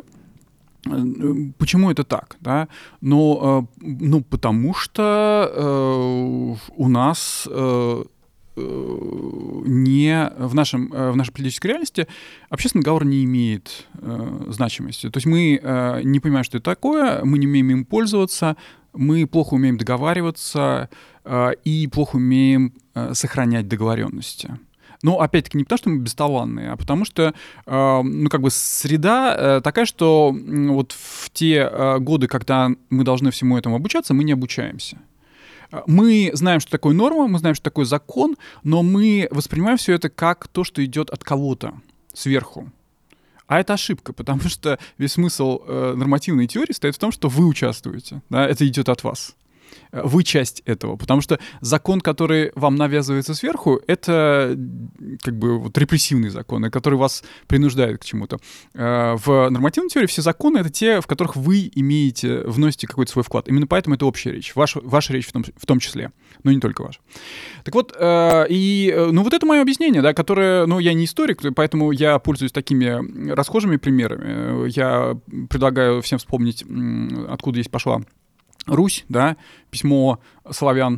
Почему это так? Да? Ну, ну, потому что у нас... не в, нашем, в нашей политической реальности общественный договор не имеет э, значимости. То есть мы э, не понимаем, что это такое, мы не умеем им пользоваться, мы плохо умеем договариваться э, и плохо умеем э, сохранять договоренности. Но, опять-таки, не потому, что мы бесталанные, а потому что, э, ну, как бы среда э, такая, что э, вот в те э, годы, когда мы должны всему этому обучаться, мы не обучаемся. Мы знаем, что такое норма, мы знаем, что такое закон, но мы воспринимаем все это как то, что идет от кого-то сверху. А это ошибка, потому что весь смысл э, нормативной теории состоит в том, что вы участвуете, да, это идет от вас. Вы часть этого, потому что закон, который вам навязывается сверху, это как бы вот репрессивный закон, который вас принуждает к чему-то. В нормативной теории все законы — это те, в которых вы имеете, вносите какой-то свой вклад. Именно поэтому это общая речь, ваша, ваша речь в том, в том числе, но не только ваша. Так вот, и, ну вот это мое объяснение, да, которое, ну я не историк, поэтому я пользуюсь такими расхожими примерами. Я предлагаю всем вспомнить, откуда здесь пошла Русь, да, письмо славян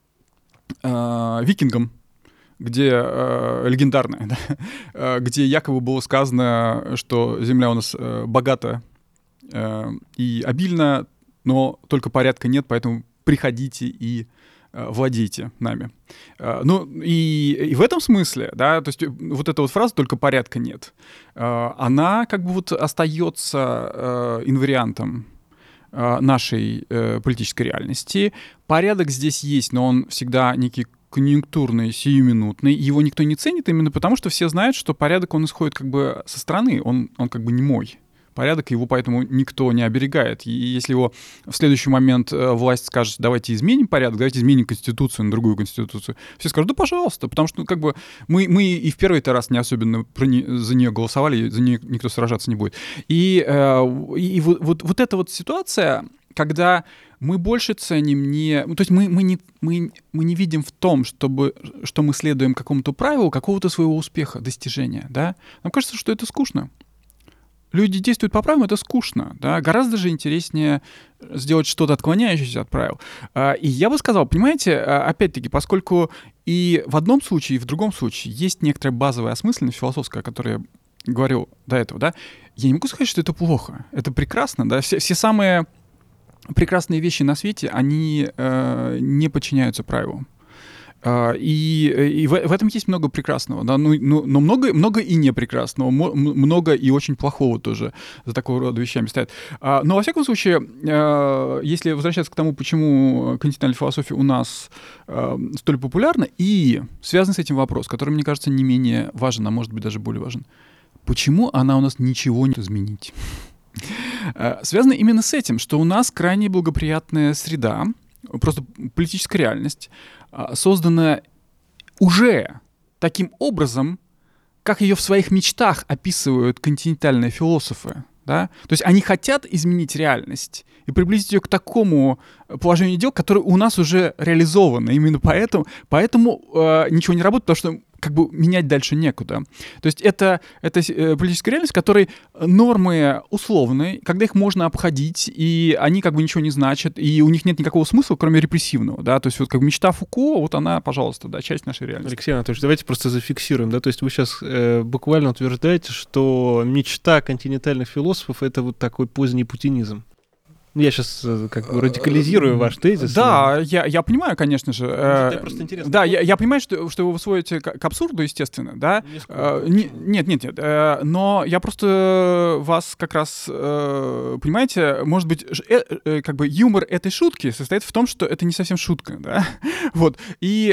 э, викингам, где э, легендарное, да, э, где якобы было сказано, что земля у нас э, богата э, и обильна, но только порядка нет, поэтому приходите и э, владейте нами. Э, ну и, и в этом смысле, да, то есть вот эта вот фраза «только порядка нет», э, она как бы вот остается э, инвариантом нашей э, политической реальности. Порядок здесь есть, но он всегда некий конъюнктурный, сиюминутный. Его никто не ценит именно потому, что все знают, что порядок, он исходит как бы со стороны, он, он как бы не мой. Порядок, его поэтому никто не оберегает. И если его в следующий момент власть скажет, давайте изменим порядок, давайте изменим конституцию на другую конституцию, все скажут, да пожалуйста, потому что ну, как бы мы, мы и в первый-то раз не особенно про не, за нее голосовали, за нее никто сражаться не будет. И, э, и вот, вот, вот эта вот ситуация, когда мы больше ценим не... То есть мы, мы, не, мы, мы не видим в том, чтобы, что мы следуем какому-то правилу, какого-то своего успеха, достижения. Да? Нам кажется, что это скучно. Люди действуют по правилам, это скучно. Да? Гораздо же интереснее сделать что-то отклоняющееся от правил. И я бы сказал, понимаете, опять-таки, поскольку и в одном случае, и в другом случае есть некоторая базовая осмысленность философская, о которой я говорил до этого, да, я не могу сказать, что это плохо. Это прекрасно. Да? Все, все самые прекрасные вещи на свете, они э, не подчиняются правилам. И, и в, в этом есть много прекрасного, да? ну, ну, но много, много и непрекрасного, много и очень плохого тоже за такого рода вещами стоят. Но, во всяком случае, если возвращаться к тому, почему континентальная философия у нас столь популярна, и связан с этим вопрос, который, мне кажется, не менее важен, а может быть даже более важен. Почему она у нас ничего не изменить? Связано именно с этим, что у нас крайне благоприятная среда, просто политическая реальность, создана уже таким образом, как ее в своих мечтах описывают континентальные философы. Да? То есть они хотят изменить реальность и приблизить ее к такому положению дел, которое у нас уже реализовано. Именно поэтому, поэтому э, ничего не работает, потому что как бы менять дальше некуда. То есть это, это политическая реальность, в которой нормы условные, когда их можно обходить, и они как бы ничего не значат, и у них нет никакого смысла, кроме репрессивного. Да? То есть вот как мечта Фуко, вот она, пожалуйста, да, часть нашей реальности. Алексей Анатольевич, давайте просто зафиксируем. Да? То есть вы сейчас э, буквально утверждаете, что мечта континентальных философов — это вот такой поздний путинизм. Я сейчас как бы радикализирую ваш тезис. Да, я, я понимаю, конечно же. Это просто интересно. Да, я, я понимаю, что, что вы сводите к, к абсурду, естественно, да. Не, нет, нет, нет. Но я просто вас как раз, понимаете, может быть, как бы юмор этой шутки состоит в том, что это не совсем шутка, да. Вот. И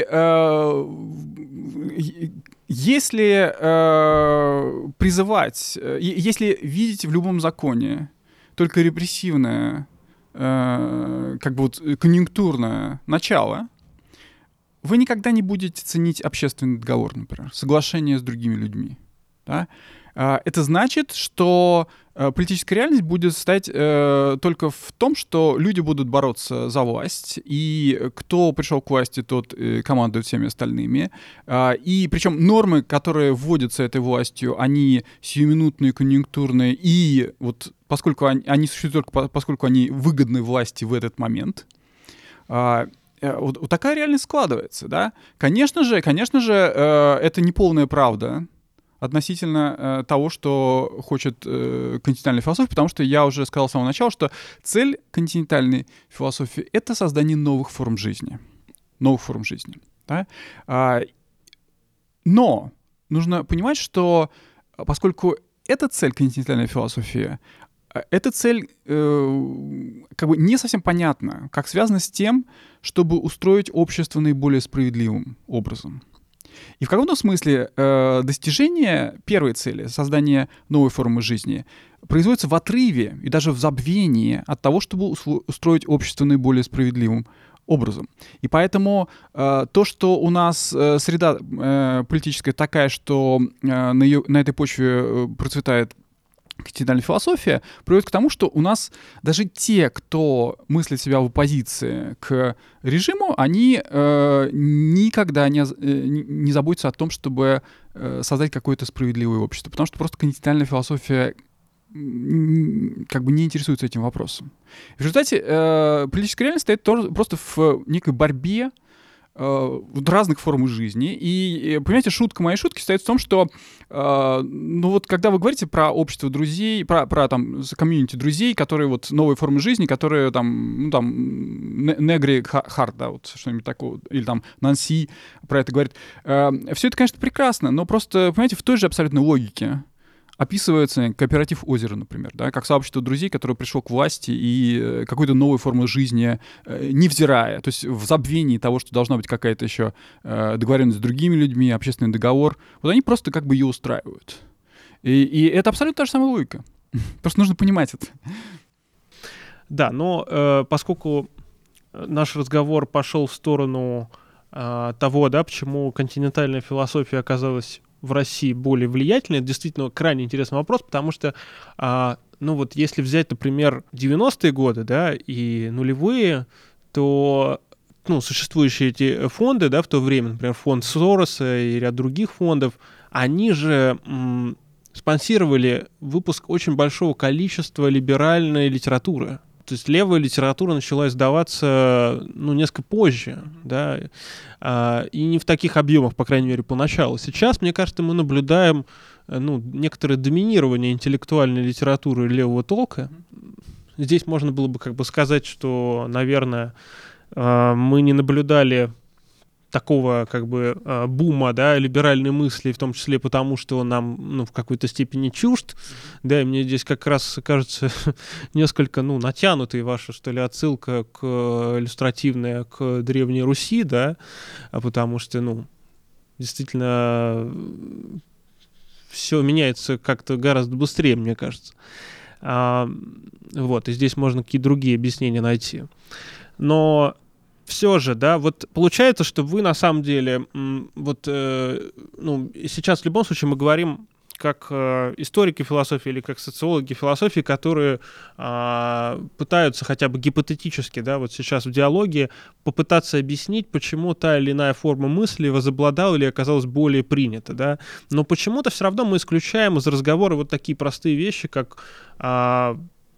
если призывать, если видеть в любом законе только репрессивное, э, как бы вот конъюнктурное начало, вы никогда не будете ценить общественный договор, например, соглашение с другими людьми. Да? Э, это значит, что э, политическая реальность будет состоять э, только в том, что люди будут бороться за власть, и кто пришел к власти, тот э, командует всеми остальными. Э, и причем нормы, которые вводятся этой властью, они сиюминутные, конъюнктурные, и вот поскольку они, они существуют только поскольку они выгодны власти в этот момент. А, вот, вот такая реальность складывается, да. Конечно же, конечно же, э, это не полная правда относительно э, того, что хочет э, континентальная философия, потому что я уже сказал с самого начала, что цель континентальной философии — это создание новых форм жизни. Новых форм жизни. Да? А, но нужно понимать, что поскольку эта цель континентальной философии, эта цель э, как бы не совсем понятна, как связана с тем, чтобы устроить общество наиболее справедливым образом. И в каком-то смысле э, достижение первой цели, создание новой формы жизни, производится в отрыве и даже в забвении от того, чтобы устроить общество наиболее справедливым образом. И поэтому э, то, что у нас э, среда э, политическая такая, что э, на, ее, на этой почве процветает континентальная философия, приводит к тому, что у нас даже те, кто мыслит себя в оппозиции к режиму, они э, никогда не, э, не заботятся о том, чтобы э, создать какое-то справедливое общество, потому что просто континентальная философия как бы не интересуется этим вопросом. В результате э, политическая реальность стоит тоже просто в некой борьбе э, разных форм жизни. И, понимаете, шутка моей шутки состоит в том, что э, ну вот когда вы говорите про общество друзей, про, про там комьюнити друзей, которые вот новые формы жизни, которые там, ну там, Негри Харт, да, вот что-нибудь такое, или там Нанси про это говорит. Э, все это, конечно, прекрасно, но просто, понимаете, в той же абсолютной логике описывается кооператив «Озеро», например, да, как сообщество друзей, которое пришло к власти и какой-то новой формы жизни, невзирая, то есть в забвении того, что должна быть какая-то еще договоренность с другими людьми, общественный договор, вот они просто как бы ее устраивают. И, и это абсолютно та же самая логика. Просто нужно понимать это. Да, но э, поскольку наш разговор пошел в сторону э, того, да, почему континентальная философия оказалась в России более влиятельной, это действительно крайне интересный вопрос, потому что, а, ну вот если взять, например, девяностые годы, да, и нулевые, то, ну, существующие эти фонды, да, в то время, например, фонд Сороса и ряд других фондов, они же м, спонсировали выпуск очень большого количества либеральной литературы. То есть левая литература начала издаваться, ну, несколько позже, да, а, и не в таких объемах, по крайней мере, поначалу. Сейчас, мне кажется, мы наблюдаем, ну, некоторое доминирование интеллектуальной литературы левого толка. Здесь можно было бы как бы сказать, что, наверное, мы не наблюдали такого как бы бума, да, либеральной мысли, в том числе потому, что он нам, ну, в какой-то степени чужд, да, и мне здесь как раз кажется несколько, ну, натянутой ваша, что ли, отсылка к иллюстративная к Древней Руси, да, потому что, ну, действительно все меняется как-то гораздо быстрее, мне кажется. А, вот, и здесь можно какие-то другие объяснения найти. Но все же, да, вот получается, что вы на самом деле, вот, э, ну, сейчас в любом случае мы говорим как э, историки философии или как социологи философии, которые э, пытаются хотя бы гипотетически, да, вот сейчас в диалоге попытаться объяснить, почему та или иная форма мысли возобладала или оказалась более принята, да, но почему-то все равно мы исключаем из разговора вот такие простые вещи, как э,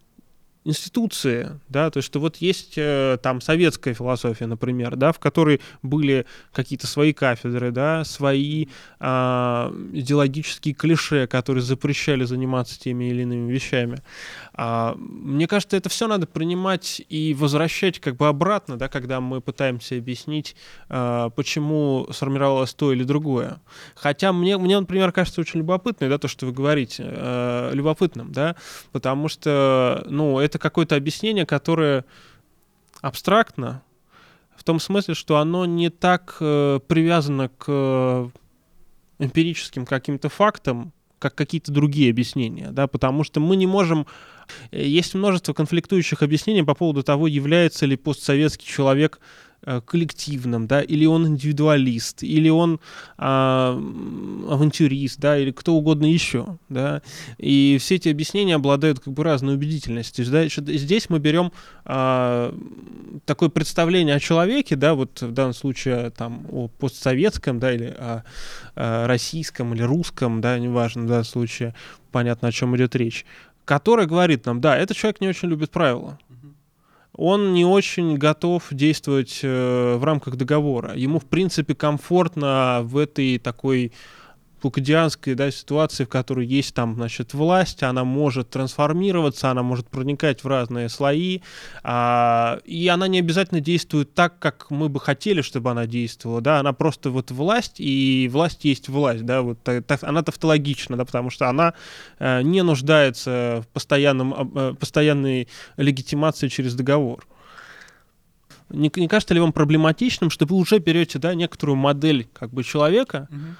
институции, да, то есть что вот есть э, там советская философия, например, да, в которой были какие-то свои кафедры, да, свои э, идеологические клише, которые запрещали заниматься теми или иными вещами. А, мне кажется, это все надо принимать и возвращать как бы обратно, да, когда мы пытаемся объяснить, э, почему сформировалось то или другое. Хотя мне, мне, например, кажется очень любопытным, да, то, что вы говорите, э, любопытным, да, потому что, ну, это Это какое-то объяснение, которое абстрактно, в том смысле, что оно не так э, привязано к э, эмпирическим каким-то фактам, как какие-то другие объяснения, да, потому что мы не можем... Есть множество конфликтующих объяснений по поводу того, является ли постсоветский человек коллективным, да, или он индивидуалист, или он а, авантюрист, да, или кто угодно еще, да, и все эти объяснения обладают как бы разной убедительностью. Да? Здесь мы берем а, такое представление о человеке, да, вот в данном случае там о постсоветском, да, или о, о российском, или русском, да, неважно, в данном случае понятно, о чем идет речь, который говорит нам, да, этот человек не очень любит правила. Он не очень готов действовать э, в рамках договора. Ему, в принципе, комфортно в этой такой лукадианской, да, ситуации, в которой есть там, значит, власть, она может трансформироваться, она может проникать в разные слои, а, и она не обязательно действует так, как мы бы хотели, чтобы она действовала, да, она просто вот власть, и власть есть власть, да, вот так, так, она тавтологична, да, потому что она а, не нуждается в постоянном, а, постоянной легитимации через договор. Не, не кажется ли вам проблематичным, что вы уже берете, да, некоторую модель как бы человека, mm-hmm.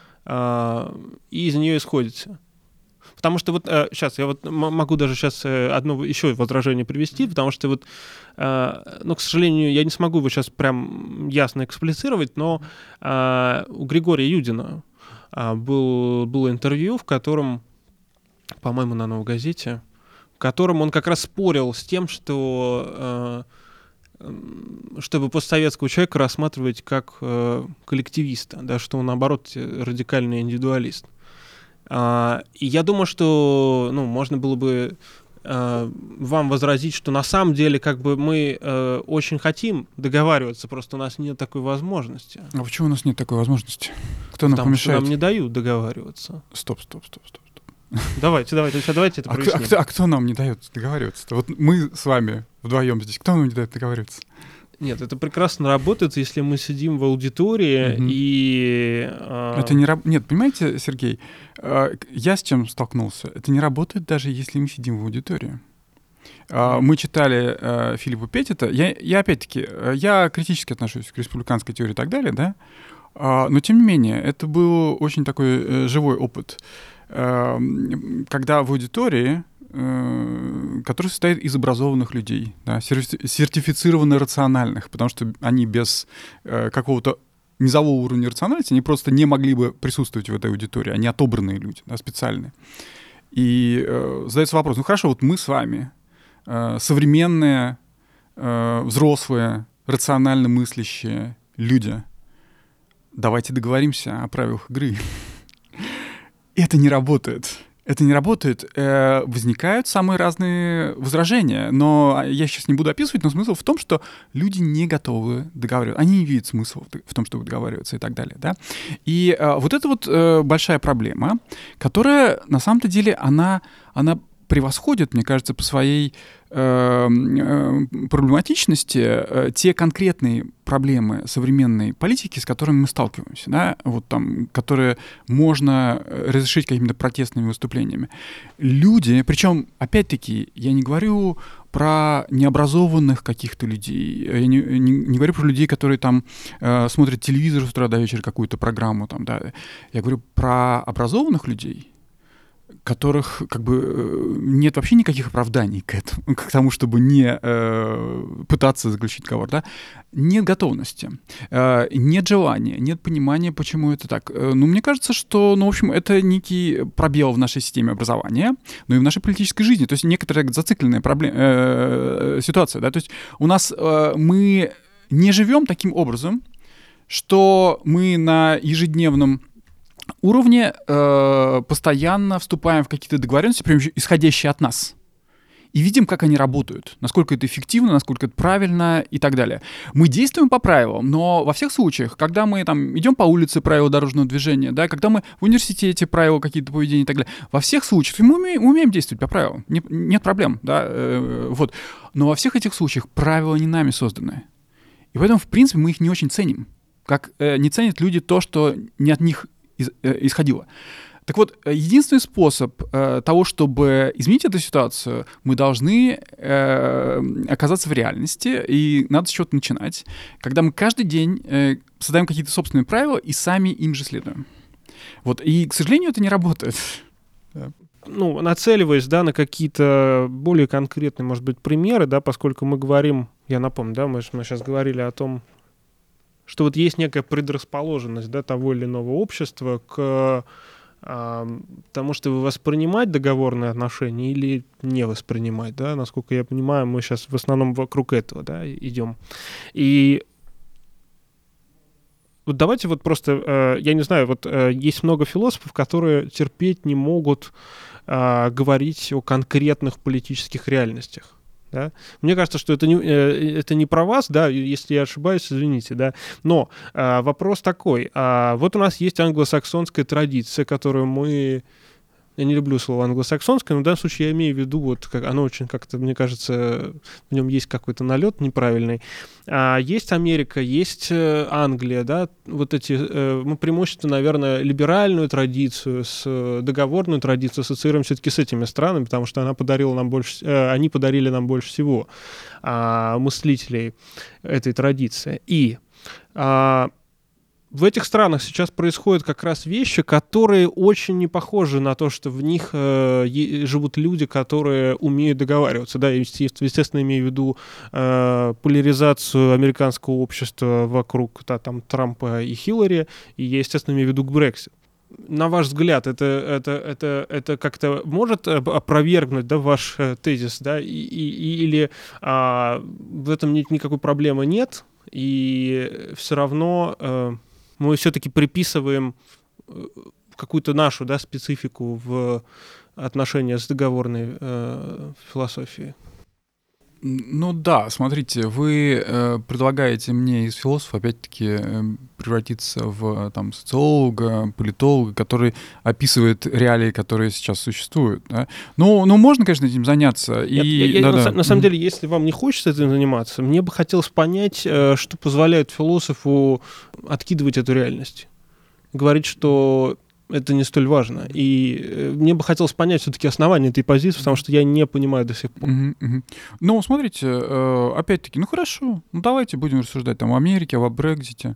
и из нее исходите? Потому что вот сейчас я вот могу даже сейчас одно еще возражение привести, потому что вот, ну, к сожалению, я не смогу его сейчас прям ясно эксплицировать, но у Григория Юдина был, было интервью, в котором, по-моему, на «Новой газете», в котором он как раз спорил с тем, что чтобы постсоветского человека рассматривать как э, коллективиста, да, что он, наоборот, радикальный индивидуалист. А, и я думаю, что ну, можно было бы э, вам возразить, что на самом деле как бы мы э, очень хотим договариваться, просто у нас нет такой возможности. А почему у нас нет такой возможности? Кто нам Потому помешает? что нам не дают договариваться. Стоп, стоп, стоп, стоп. Давайте, давайте, давайте это проясним. А, а, кто, а кто нам не дает договариваться-то? Вот мы с вами вдвоем здесь, кто нам не дает договариваться? Нет, это прекрасно работает, если мы сидим в аудитории угу. и... А... Это не раб... Нет, понимаете, Сергей, я с чем столкнулся? Это не работает даже если мы сидим в аудитории. Мы читали Филиппа Петтита. Я, я опять-таки, я критически отношусь к республиканской теории и так далее, да? Но тем не менее, это был очень такой живой опыт, когда в аудитории, которая состоит из образованных людей, да, сертифицированно рациональных, потому что они без какого-то низового уровня рациональности, они просто не могли бы присутствовать в этой аудитории, они отобранные люди, да, специальные. И э, задается вопрос, ну хорошо, вот мы с вами, э, современные, э, взрослые, рационально мыслящие люди, давайте договоримся о правилах игры. Это не работает. Это не работает. Э, возникают самые разные возражения. Но я сейчас не буду описывать, но смысл в том, что люди не готовы договариваться. Они не видят смысла в том, чтобы договариваться и так далее. Да? И э, вот это вот э, большая проблема, которая на самом-то деле, она, она превосходит, мне кажется, по своей э, э, проблематичности э, те конкретные проблемы современной политики, с которыми мы сталкиваемся, да, вот там, которые можно разрешить какими-то протестными выступлениями. Люди, причем, опять-таки, я не говорю про необразованных каких-то людей, я не, не, не говорю про людей, которые там э, смотрят телевизор с утра до вечера, какую-то программу, там, да. Я говорю про образованных людей, которых как бы нет вообще никаких оправданий к этому, к тому, чтобы не э, пытаться заключить договор, да, нет готовности, э, нет желания, нет понимания, почему это так. Э, ну, мне кажется, что, ну, в общем, это некий пробел в нашей системе образования, но и в нашей политической жизни, то есть некоторая зацикленная проблема, э, ситуация, да, то есть у нас э, мы не живем таким образом, что мы на ежедневном уровне э, постоянно вступаем в какие-то договоренности, прям исходящие от нас, и видим, как они работают, насколько это эффективно, насколько это правильно и так далее. Мы действуем по правилам, но во всех случаях, когда мы там идем по улице, правила дорожного движения, да, когда мы в университете, правила какие-то поведения и так далее, во всех случаях мы умеем, мы умеем действовать по правилам, не, нет проблем, да, э, вот. Но во всех этих случаях правила не нами созданы, и поэтому, в принципе, мы их не очень ценим, как э, не ценят люди то, что не от них исходило. Так вот, единственный способ э, того, чтобы изменить эту ситуацию, мы должны э, оказаться в реальности, и надо с чего-то начинать, когда мы каждый день э, создаем какие-то собственные правила и сами им же следуем. Вот. И, к сожалению, это не работает. Ну, нацеливаясь, да, на какие-то более конкретные, может быть, примеры, да, поскольку мы говорим, я напомню, да, мы, мы сейчас говорили о том, что вот есть некая предрасположенность, да, того или иного общества к а, тому, чтобы воспринимать договорные отношения или не воспринимать, да, насколько я понимаю, мы сейчас в основном вокруг этого, да, идем. И вот давайте вот просто, э, я не знаю, вот э, есть много философов, которые терпеть не могут э, говорить о конкретных политических реальностях. Да? Мне кажется, что это не, это не про вас, да, если я ошибаюсь, извините, да, но а, вопрос такой, а, вот у нас есть англосаксонская традиция, которую мы, я не люблю слово англосаксонское, но в данном случае я имею в виду, вот, как, оно очень как-то, мне кажется, в нем есть какой-то налет неправильный. А, есть Америка, есть э, Англия, да, вот эти, э, мы преимущественно, наверное, либеральную традицию, с, э, договорную традицию ассоциируем все-таки с этими странами, потому что она подарила нам больше, э, они подарили нам больше всего э, мыслителей этой традиции. И э, в этих странах сейчас происходят как раз вещи, которые очень не похожи на то, что в них э, е- живут люди, которые умеют договариваться. Да, я, естественно, имею в виду э, поляризацию американского общества вокруг да, там, Трампа и Хиллари, и я, естественно, имею в виду Брексит. На ваш взгляд, это, это, это, это как-то может опровергнуть, да, ваш э, тезис, да, и, и, или а, в этом ни, никакой проблемы нет, и все равно... Э, мы все-таки приписываем какую-то нашу, да, специфику в отношении с договорной э, философией. Ну да, смотрите, вы э, предлагаете мне из философа опять-таки э, превратиться в там, социолога, политолога, который описывает реалии, которые сейчас существуют. Да? Ну, ну, можно, конечно, этим заняться. И... Я, я, да, на, да. на самом деле, если вам не хочется этим заниматься, мне бы хотелось понять, э, что позволяет философу откидывать эту реальность. Говорить, что это не столь важно. И мне бы хотелось понять все-таки основания этой позиции, потому что я не понимаю до сих пор. Uh-huh, uh-huh. Ну, смотрите, э, опять-таки, ну хорошо, ну давайте будем рассуждать там о Америке, о Брексите.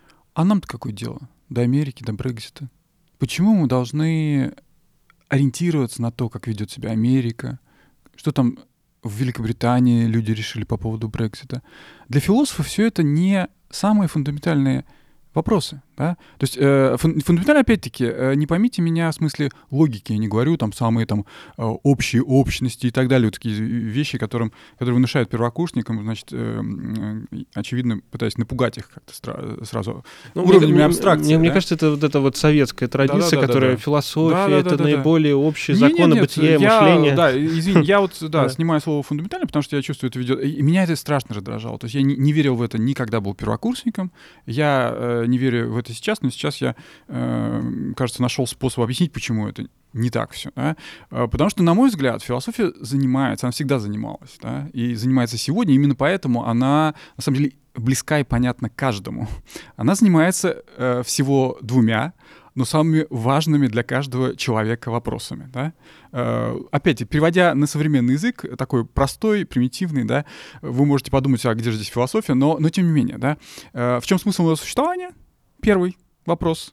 А нам-то какое дело? До Америки, до Брексита. Почему мы должны ориентироваться на то, как ведет себя Америка? Что там в Великобритании люди решили по поводу Брексита? Для философов все это не самые фундаментальные вопросы, да? То есть э, фундаментально, опять-таки, э, не поймите меня в смысле логики, я не говорю там самые там э, общие общности и так далее, вот такие вещи, которым, которые внушают первокурсникам, значит, э, э, очевидно, пытаясь напугать их как-то стра- сразу ну, уровнями мне, абстракции. Мне, да? мне кажется, это вот эта вот советская традиция, Да-да-да-да-да. которая философия, Да-да-да-да-да. это наиболее общие Нет, законы нет, нет, бытия и я, мышления. Да, извини, я вот, да, Да. снимаю слово фундаментально, потому что я чувствую, это ведет... И меня это страшно раздражало. То есть я не, не верил в это никогда был первокурсником, я э, не верю в это сейчас, но сейчас я, э, кажется, нашел способ объяснить, почему это не так все. Да? Потому что, на мой взгляд, философия занимается, она всегда занималась, да? И занимается сегодня, именно поэтому она, на самом деле, близка и понятна каждому. Она занимается э, всего двумя, но самыми важными для каждого человека вопросами. Да? Э, опять, переводя на современный язык, такой простой, примитивный, да, вы можете подумать, а где же здесь философия, но, но тем не менее. Да? Э, в чем смысл моего существования? Первый вопрос.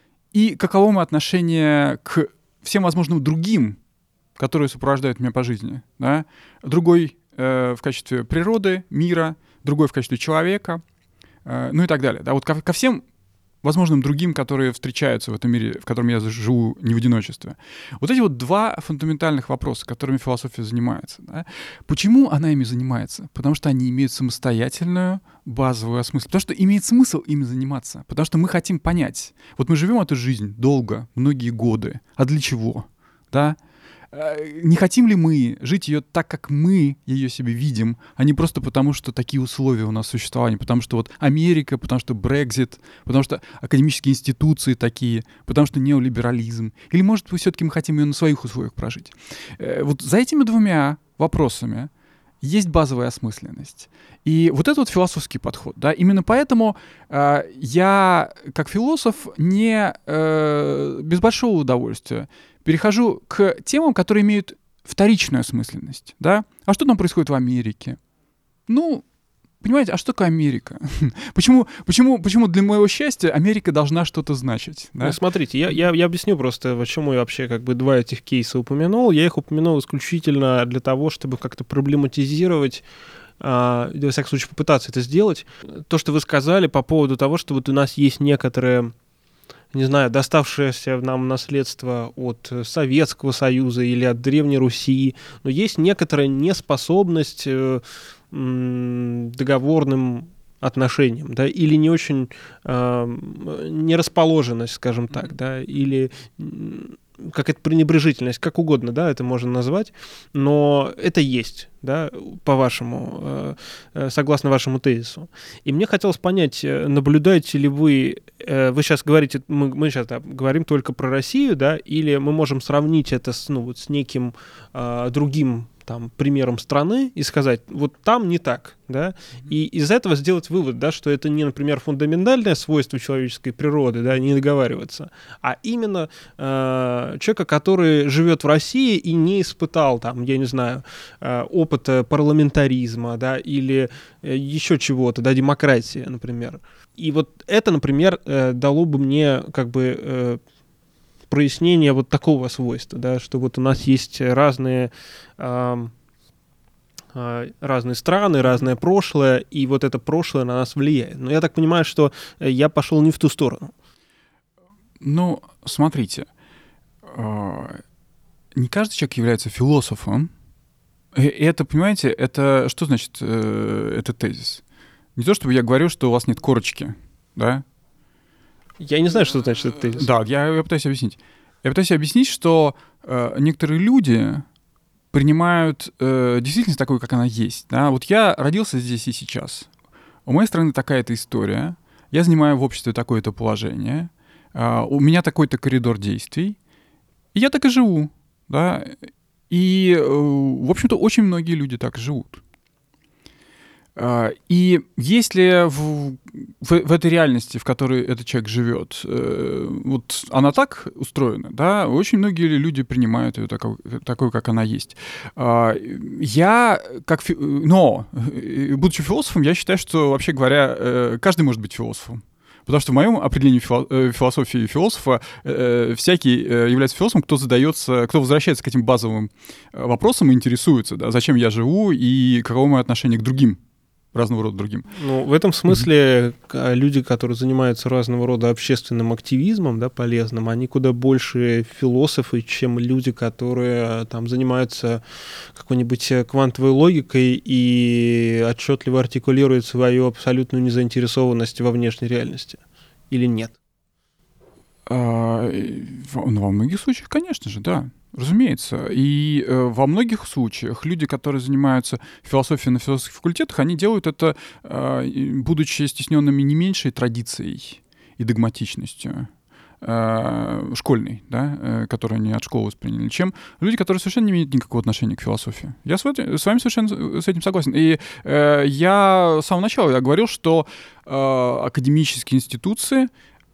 И каково мое отношение к всем возможным другим, которые сопровождают меня по жизни. Да? Другой э, в качестве природы, мира, другой в качестве человека, э, ну и так далее. Да? Вот ко, ко всем возможным другим, которые встречаются в этом мире, в котором я живу не в одиночестве. Вот эти вот два фундаментальных вопроса, которыми философия занимается. Да? Почему она ими занимается? Потому что они имеют самостоятельную базовую осмысление. Потому что имеет смысл ими заниматься. Потому что мы хотим понять. Вот мы живем эту жизнь долго, многие годы. А для чего? Да? Не хотим ли мы жить ее так, как мы ее себе видим, а не просто потому, что такие условия у нас существования, потому что вот Америка, потому что Брексит, потому что академические институции такие, потому что неолиберализм. Или, может быть, все-таки мы хотим ее на своих условиях прожить. Вот за этими двумя вопросами есть базовая осмысленность. И вот это вот философский подход. Да? Именно поэтому э, я, как философ, не э, без большого удовольствия перехожу к темам, которые имеют вторичную осмысленность. Да? А что там происходит в Америке? Ну, понимаете, а что такое Америка? почему, почему, почему для моего счастья Америка должна что-то значить? Да? Ну, смотрите, я, я, я объясню просто, почему я вообще как бы два этих кейса упомянул. Я их упомянул исключительно для того, чтобы как-то проблематизировать, а, во всяком случае, попытаться это сделать. То, что вы сказали по поводу того, что вот у нас есть некоторые, не знаю, доставшееся нам наследство от Советского Союза или от Древней Руси, но есть некоторая неспособность э, м, договорным отношениям, да, или не очень э, нерасположенность, скажем так, да, или какая-то пренебрежительность, как угодно, да, это можно назвать, но это есть, да, по-вашему, согласно вашему тезису. И мне хотелось понять, наблюдаете ли вы, вы сейчас говорите, мы, мы сейчас да, говорим только про Россию, да, или мы можем сравнить это с, ну, вот, с неким э, другим там, примером страны и сказать, вот там не так, да, и из этого сделать вывод, да, что это не, например, фундаментальное свойство человеческой природы, да, не договариваться, а именно э, человека, который живет в России и не испытал, там, я не знаю, э, опыта парламентаризма, да, или э, еще чего-то, да, демократии, например. И вот это, например, э, дало бы мне, как бы, э, прояснение вот такого свойства, да, что вот у нас есть разные, э, э, разные страны, разное прошлое, и вот это прошлое на нас влияет. Но я так понимаю, что я пошел не в ту сторону. Ну, смотрите, не каждый человек является философом. И это, понимаете, это что значит этот тезис? Не то, чтобы я говорю, что у вас нет корочки, да? Я не знаю, что значит этот тезис. Да, я, я пытаюсь объяснить. Я пытаюсь объяснить, что э, некоторые люди принимают э, действительность такой, как она есть. Да? Вот я родился здесь и сейчас. У моей страны такая-то история. Я занимаю в обществе такое-то положение. Э, у меня такой-то коридор действий. И я так и живу. Да? И, э, в общем-то, очень многие люди так живут. И если в, в, в этой реальности, в которой этот человек живет, э, вот она так устроена, да, очень многие люди принимают ее такой, такой, как она есть. Э, я, как фи... но, будучи философом, я считаю, что, вообще говоря, э, каждый может быть философом. Потому что в моем определении философии философа э, всякий э, является философом, кто задается, кто возвращается к этим базовым вопросам и интересуется, да, зачем я живу и каково мое отношение к другим, разного рода другим. Ну, в этом смысле mm-hmm. люди, которые занимаются разного рода общественным активизмом, да, полезным, они куда больше философы, чем люди, которые там занимаются какой-нибудь квантовой логикой и отчетливо артикулируют свою абсолютную незаинтересованность во внешней реальности. Или нет? А, ну, во многих случаях, конечно же, да. Разумеется. И э, во многих случаях люди, которые занимаются философией на философских факультетах, они делают это, э, будучи стесненными не меньшей традицией и догматичностью э, школьной, да, э, которую они от школы восприняли, чем люди, которые совершенно не имеют никакого отношения к философии. Я с, с вами совершенно с этим согласен. И э, я с самого начала я говорил, что э, академические институции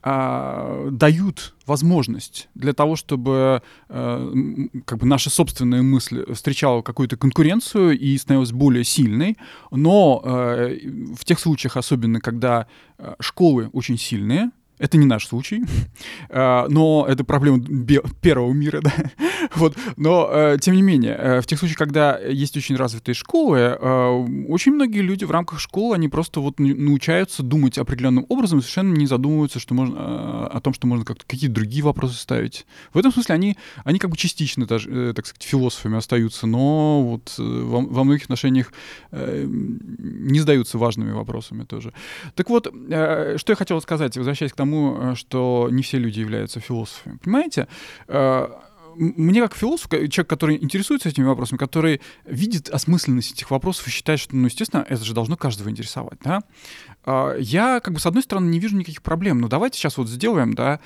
дают возможность для того, чтобы э, как бы наши собственные мысли встречала какую-то конкуренцию и становилась более сильной, но э, в тех случаях, особенно когда э, школы очень сильные, это не наш случай, но это проблема первого мира, да. Вот. Но, тем не менее, в тех случаях, когда есть очень развитые школы, очень многие люди в рамках школы, они просто вот научаются думать определенным образом, совершенно не задумываются, что можно, о том, что можно как-то какие-то другие вопросы ставить. В этом смысле они, они как бы частично, даже, так сказать, философами остаются, но вот во, во многих отношениях не задаются важными вопросами тоже. Так вот, что я хотел сказать, возвращаясь к тому, что не все люди являются философами. Понимаете? Мне как философ, человек, который интересуется этими вопросами, который видит осмысленность этих вопросов и считает, что, ну, естественно, это же должно каждого интересовать, да? Я, как бы, с одной стороны, не вижу никаких проблем. Но давайте сейчас вот сделаем, да,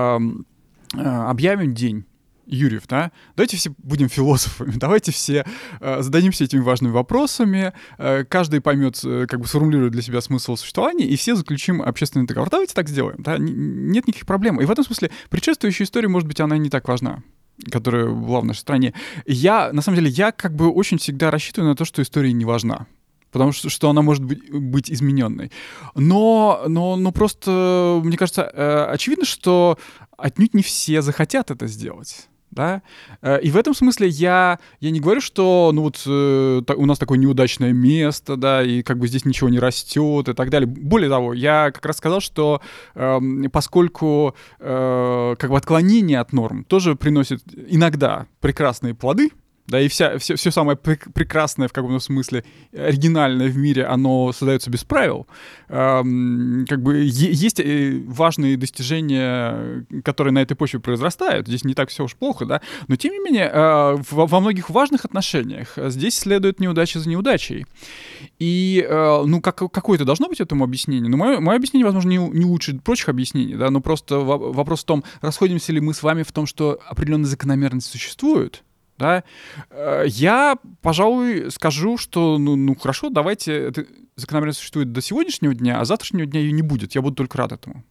объявим день Юрьев, да, давайте все будем философами, давайте все э, зададимся этими важными вопросами, э, каждый поймет, э, как бы сформулирует для себя смысл существования, и все заключим общественный договор. Давайте так сделаем, да, Н- нет никаких проблем. И в этом смысле предшествующая история, может быть, она не так важна, которая была в нашей стране. Я, на самом деле, я как бы очень всегда рассчитываю на то, что история не важна. Потому что, что она может быть, быть измененной. Но, но, но просто, мне кажется, э, очевидно, что отнюдь не все захотят это сделать. Да? И в этом смысле я, я не говорю, что ну вот, э, у нас такое неудачное место, да, и как бы здесь ничего не растет и так далее. Более того, я как раз сказал, что э, поскольку э, как бы отклонение от норм тоже приносит иногда прекрасные плоды, да, и вся, все, все самое прек- прекрасное в каком-то смысле, оригинальное в мире, оно создается без правил. Эм, как бы е- есть важные достижения, которые на этой почве произрастают. Здесь не так все уж плохо, да, но тем не менее э, во, во многих важных отношениях здесь следует неудача за неудачей. И, э, ну, как, какое-то должно быть этому объяснение. Ну, мое, мое объяснение, возможно, не, не лучше прочих объяснений, да, но просто в, вопрос в том, расходимся ли мы с вами в том, что определенные закономерности существуют, да. Э, я, пожалуй, скажу, что, ну, ну хорошо, давайте, эта закономерность существует до сегодняшнего дня, а завтрашнего дня ее не будет. Я буду только рад этому.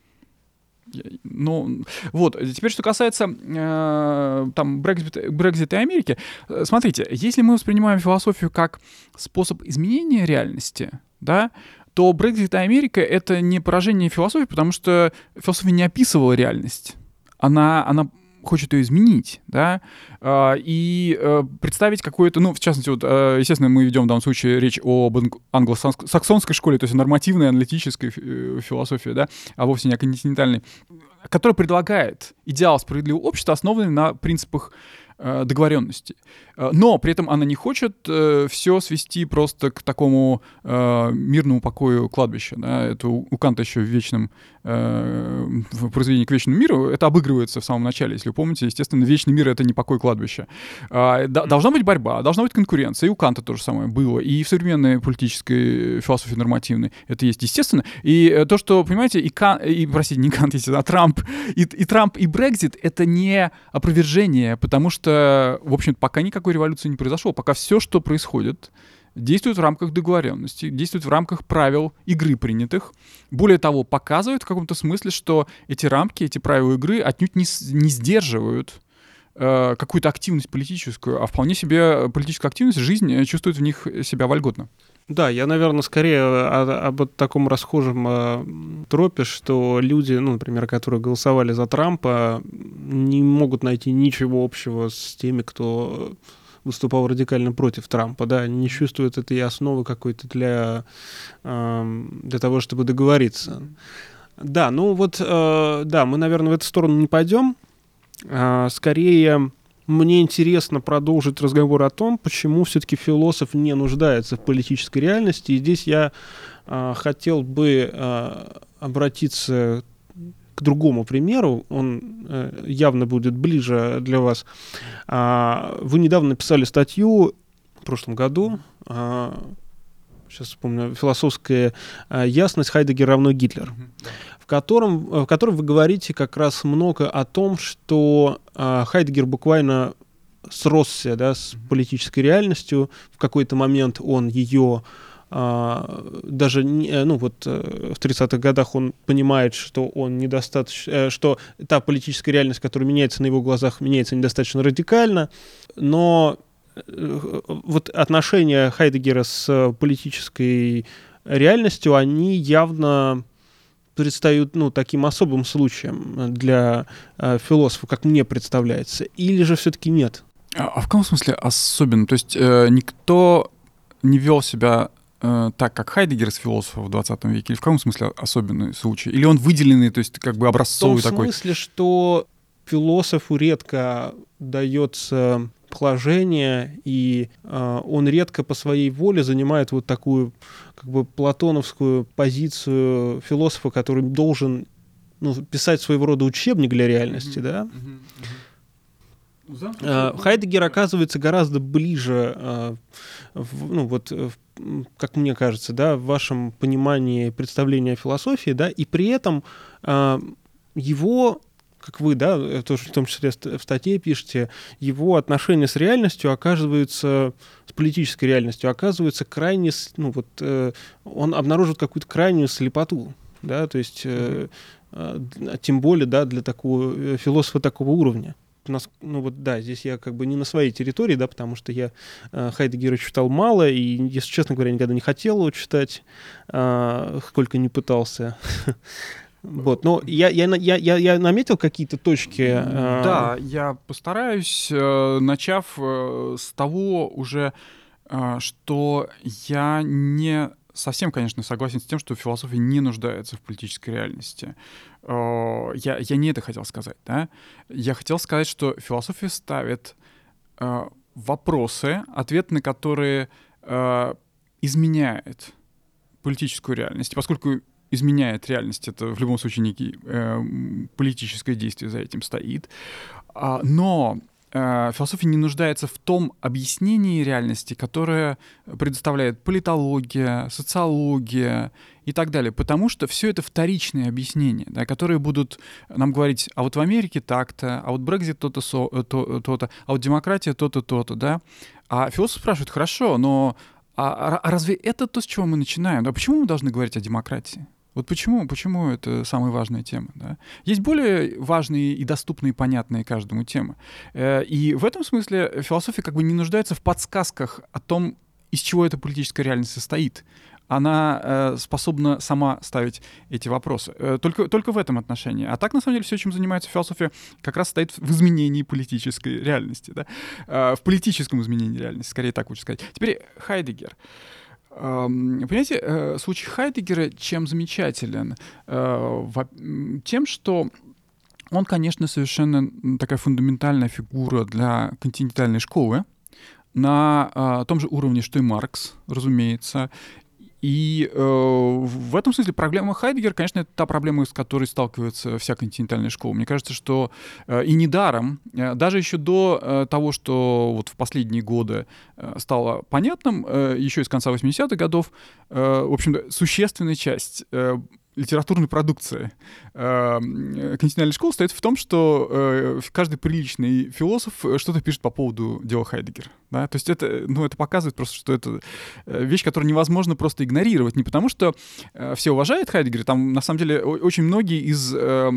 Ну, вот, теперь, что касается э, там Брексит, Брексита и Америки, смотрите, если мы воспринимаем философию как способ изменения реальности, да, то Брексит и Америка — это не поражение философии, потому что философия не описывала реальность. Она, она хочет ее изменить, да, и представить какое-то, ну, в частности, вот, естественно, мы ведем в данном случае речь об англосаксонской школе, то есть нормативной, аналитической философии, да, а вовсе не о континентальной, которая предлагает идеал справедливого общества, основанный на принципах договоренности. Но при этом она не хочет э, все свести просто к такому э, мирному покою кладбища. Да? Это у, у Канта еще в вечном э, в произведении «К вечному миру» это обыгрывается в самом начале, если вы помните. Естественно, вечный мир — это не покой кладбища. А, да, должна быть борьба, должна быть конкуренция. И у Канта то же самое было. И в современной политической философии нормативной это есть, естественно. И то, что, понимаете, и, Кан, и простите, не Кант, естественно, а Трамп, и, и Трамп, и Брексит — это не опровержение, потому что, в общем-то, пока никакой революции не произошло, пока все, что происходит, действует в рамках договоренности, действует в рамках правил игры принятых. Более того, показывает в каком-то смысле, что эти рамки, эти правила игры отнюдь не, не сдерживают э, какую-то активность политическую, а вполне себе политическую активность, жизнь чувствует в них себя вольготно. Да, я, наверное, скорее об, об таком расхожем э, тропе, что люди, ну, например, которые голосовали за Трампа, не могут найти ничего общего с теми, кто выступал радикально против Трампа, да, они не чувствуют этой основы какой-то для, э, для того, чтобы договориться. Да, ну вот, э, да, мы, наверное, в эту сторону не пойдем. Э, скорее... Мне интересно продолжить разговор о том, почему все-таки философ не нуждается в политической реальности. И здесь я э, хотел бы э, обратиться к другому примеру. Он э, явно будет ближе для вас. А, вы недавно написали статью в прошлом году. А, сейчас вспомню. «Философская а, ясность. Хайдеггер равно Гитлер». В котором, в котором вы говорите как раз много о том, что э, Хайдеггер буквально сросся, да, с политической реальностью. В какой-то момент он ее э, даже, не, ну вот э, в тридцатых годах он понимает, что он недостаточно, э, что та политическая реальность, которая меняется на его глазах, меняется недостаточно радикально, но э, вот отношения Хайдеггера с политической реальностью, они явно предстают, ну, таким особым случаем для э, философа, как мне представляется, или же все-таки нет? А, а в каком смысле особенно? То есть э, никто не вел себя э, так, как Хайдеггер из философов в двадцатом веке, или в каком смысле особенный случай? Или он выделенный, то есть как бы образцовый такой? В том такой... смысле, что философу редко дается положение, и э, он редко по своей воле занимает вот такую как бы платоновскую позицию философа, который должен, ну, писать своего рода учебник для реальности, mm-hmm. да? Mm-hmm. Mm-hmm. Хайдеггер оказывается гораздо ближе, э, в, ну, вот, в, как мне кажется, да, в вашем понимании представления о философии, да, и при этом э, его, как вы, да, тоже в том числе в статье пишете, его отношения с реальностью оказываются, с политической реальностью оказываются крайне, ну вот, э, он обнаруживает какую-то крайнюю слепоту, да, то есть, э, э, тем более, да, для такого философа такого уровня. У нас, ну вот, да, здесь я как бы не на своей территории, да, потому что я э, Хайдеггера читал мало, и, если честно говоря, никогда не хотел его читать, э, сколько не пытался. Вот, но я, я, я, я, я наметил какие-то точки. Э... Да, я постараюсь, э, начав э, с того уже, э, что я не совсем, конечно, согласен с тем, что философия не нуждается в политической реальности. Э, я, я не это хотел сказать, да? Я хотел сказать, что философия ставит э, вопросы, ответ на которые э, изменяет политическую реальность. И поскольку изменяет реальность, это в любом случае некий э, политическое действие за этим стоит. А, но э, философия не нуждается в том объяснении реальности, которое предоставляет политология, социология и так далее, потому что все это вторичные объяснения, да, которые будут нам говорить, а вот в Америке так-то, а вот Брексит то-то, со, то, то-то, а вот демократия то-то, то-то, да. А философ спрашивает, хорошо, но а, а разве это то, с чего мы начинаем? А почему мы должны говорить о демократии? Вот почему, почему это самая важная тема? Да? Есть более важные и доступные, понятные каждому темы. И в этом смысле философия как бы не нуждается в подсказках о том, из чего эта политическая реальность состоит. Она э, способна сама ставить эти вопросы. Э, только, только в этом отношении. А так, на самом деле, все, чем занимается философия, как раз стоит в изменении политической реальности. Да? Э, в политическом изменении реальности, скорее так лучше сказать. Теперь Хайдеггер. Э, понимаете, э, случай Хайдеггера чем замечателен? Э, тем, что он, конечно, совершенно такая фундаментальная фигура для континентальной школы, на э, том же уровне, что и Маркс, разумеется. И э, в этом смысле проблема Хайдеггера, конечно, это та проблема, с которой сталкивается вся континентальная школа. Мне кажется, что э, и недаром, э, даже еще до э, того, что вот в последние годы э, стало понятным, э, еще из конца восьмидесятых годов, э, в общем-то, существенная часть э, литературной продукции э, континентальной школы состоит в том, что э, каждый приличный философ что-то пишет по поводу дела Хайдеггера. Да? То есть это, ну, это показывает просто, что это вещь, которую невозможно просто игнорировать. Не потому, что э, все уважают Хайдеггера, там на самом деле очень многие из... Э,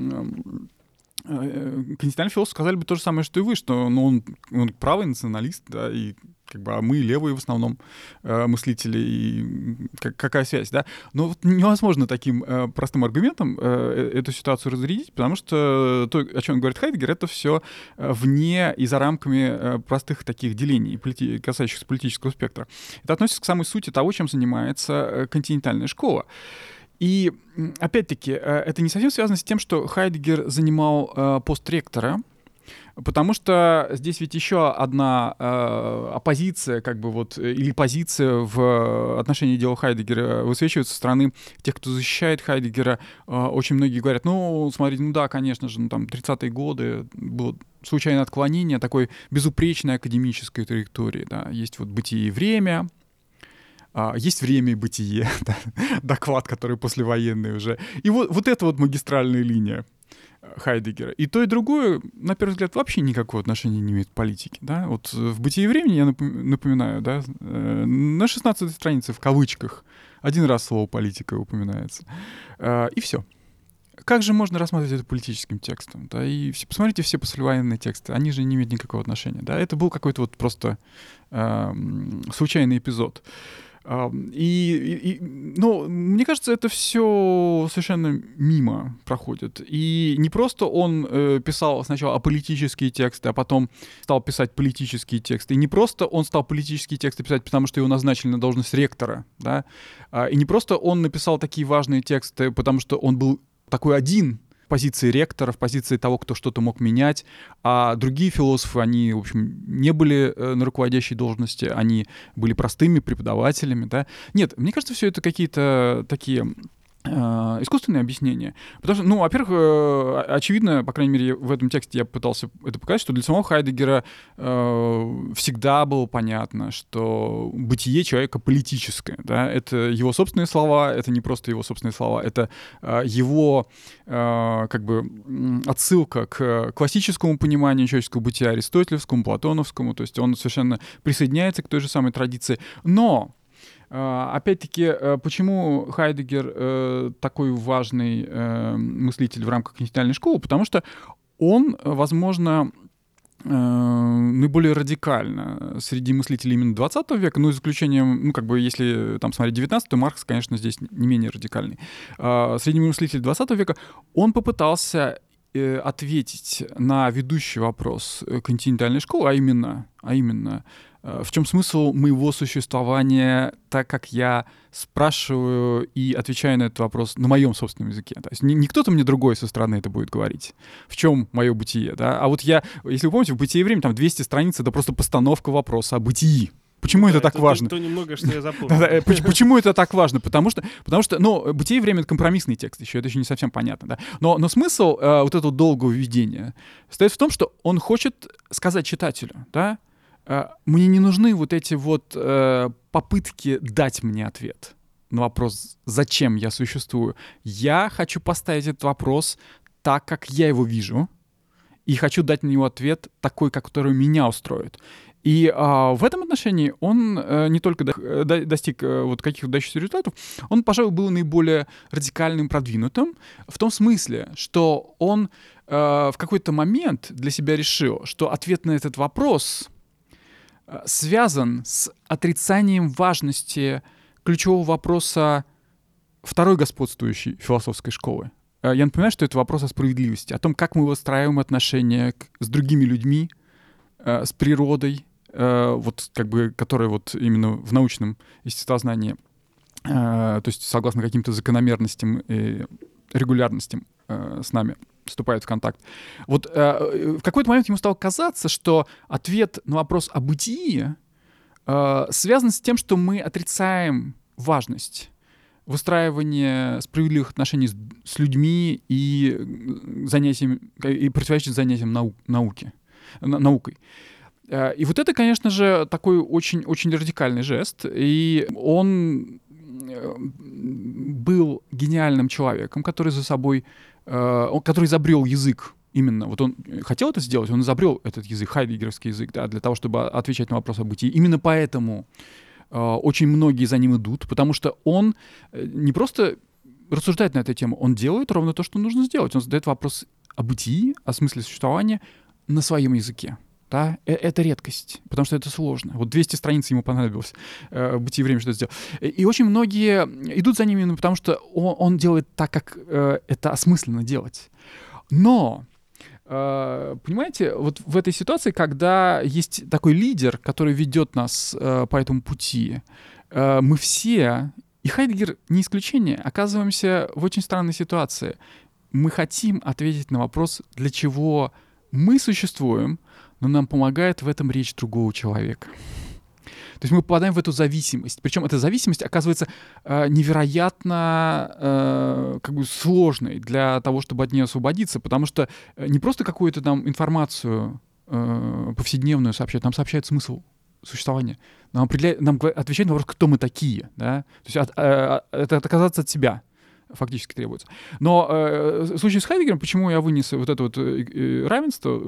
континентальные философы сказали бы то же самое, что и вы, что ну, он, он правый националист, да, и как бы, а мы левые в основном э, мыслители, и как, какая связь, да? Но вот невозможно таким э, простым аргументом э, эту ситуацию разрядить, потому что то, о чем говорит Хайдеггер, это все вне и за рамками э, простых таких делений, полити- касающихся политического спектра. Это относится к самой сути того, чем занимается континентальная школа. И, опять-таки, это не совсем связано с тем, что Хайдеггер занимал э, пост ректора, потому что здесь ведь еще одна э, оппозиция, как бы вот, или позиция в отношении дела Хайдеггера высвечивается со стороны тех, кто защищает Хайдеггера. Э, очень многие говорят, ну, смотрите, ну да, конечно же, ну там тридцатые годы было случайное отклонение такой безупречной академической траектории, да, есть вот «Бытие и время», есть «Время и бытие», да, доклад, который послевоенный уже. И вот, вот эта вот магистральная линия Хайдеггера. И то, и другое, на первый взгляд, вообще никакого отношения не имеет к политике. Да? Вот в «Бытие и времени», я напоминаю, да, на шестнадцатой странице в кавычках один раз слово «политика» упоминается. И все. Как же можно рассматривать это политическим текстом? Да? И все, посмотрите все послевоенные тексты, они же не имеют никакого отношения. Да? Это был какой-то вот просто э, случайный эпизод. И, и, ну, мне кажется, это все совершенно мимо проходит. И не просто он э, писал сначала аполитические тексты, а потом стал писать политические тексты. И не просто он стал политические тексты писать, потому что его назначили на должность ректора. Да? И не просто он написал такие важные тексты, потому что он был такой один в позиции ректора, в позиции того, кто что-то мог менять, а другие философы, они, в общем, не были на руководящей должности, они были простыми преподавателями, да. Нет, мне кажется, все это какие-то такие искусственные объяснения. Потому что, ну, во-первых, очевидно, по крайней мере, в этом тексте я пытался это показать, что для самого Хайдеггера э, всегда было понятно, что бытие человека политическое. Да? Это его собственные слова, это не просто его собственные слова, это э, его э, как бы отсылка к классическому пониманию человеческого бытия, аристотелевскому, платоновскому, то есть он совершенно присоединяется к той же самой традиции. Но опять-таки, почему Хайдеггер такой важный мыслитель в рамках континентальной школы? Потому что он, возможно, наиболее радикально среди мыслителей именно двадцатого века, ну, за исключением, ну, как бы, если там смотреть девятнадцатый, то Маркс, конечно, здесь не менее радикальный. Среди мыслителей двадцатого века он попытался ответить на ведущий вопрос континентальной школы, а именно, а именно В чем смысл моего существования, так как я спрашиваю и отвечаю на этот вопрос на моем собственном языке? То есть не, не кто-то мне другой со стороны это будет говорить. В чем мое бытие, да? А вот я, если вы помните, в «Бытие и время» там двести страниц — это просто постановка вопроса о бытии. Почему да, это так это важно? То, то немного, что я запомнил. Почему это так важно? Потому что, потому что, ну, «Бытие и время» — это компромиссный текст, еще это еще не совсем понятно, да. Но, но смысл э, вот этого долгого введения состоит в том, что он хочет сказать читателю, да, э, мне не нужны вот эти вот э, попытки дать мне ответ на вопрос, зачем я существую. Я хочу поставить этот вопрос так, как я его вижу, и хочу дать на него ответ такой, который меня устроит. И а, в этом отношении он а, не только до, до, достиг а, вот каких-то выдающихся результатов, он, пожалуй, был наиболее радикальным, продвинутым, в том смысле, что он а, в какой-то момент для себя решил, что ответ на этот вопрос а, связан с отрицанием важности ключевого вопроса второй господствующей философской школы. А, я напоминаю, что это вопрос о справедливости, о том, как мы выстраиваем отношения к, с другими людьми, а, с природой, вот как бы, которая вот именно в научном естествознании, э, то есть согласно каким-то закономерностям и регулярностям э, с нами вступает в контакт. Вот э, в какой-то момент ему стало казаться, что ответ на вопрос о бытии э, связан с тем, что мы отрицаем важность выстраивания справедливых отношений с, с людьми и занятиями, и противоречит занятиям нау- науки, на, наукой. И вот это, конечно же, такой очень-очень радикальный жест, и он был гениальным человеком, который за собой, который изобрел язык. Именно, вот он хотел это сделать, он изобрел этот язык, хайдеггеровский язык, да, для того, чтобы отвечать на вопрос о бытии. Именно поэтому очень многие за ним идут, потому что он не просто рассуждает на эту тему, он делает ровно то, что нужно сделать. Он задает вопрос о бытии, о смысле существования на своем языке. Да, это редкость, потому что это сложно. Вот двести страниц ему понадобилось, э, «Бытие и время» что сделал. И очень многие идут за ним именно потому, что он, он делает так, как э, это осмысленно делать. Но, э, понимаете, вот в этой ситуации, когда есть такой лидер, который ведет нас э, по этому пути, э, мы все, и Хайдеггер не исключение, оказываемся в очень странной ситуации. Мы хотим ответить на вопрос, для чего мы существуем, но нам помогает в этом речь другого человека. То есть мы попадаем в эту зависимость. Причем эта зависимость оказывается э, невероятно э, как бы сложной для того, чтобы от нее освободиться, потому что не просто какую-то там информацию э, повседневную сообщают, нам сообщают смысл существования. Нам, определяет, нам отвечают на вопрос, кто мы такие. Да? То есть от, э, это отказаться от себя фактически требуется. Но э, в случае с Хайдеггером, почему я вынес вот это вот э, равенство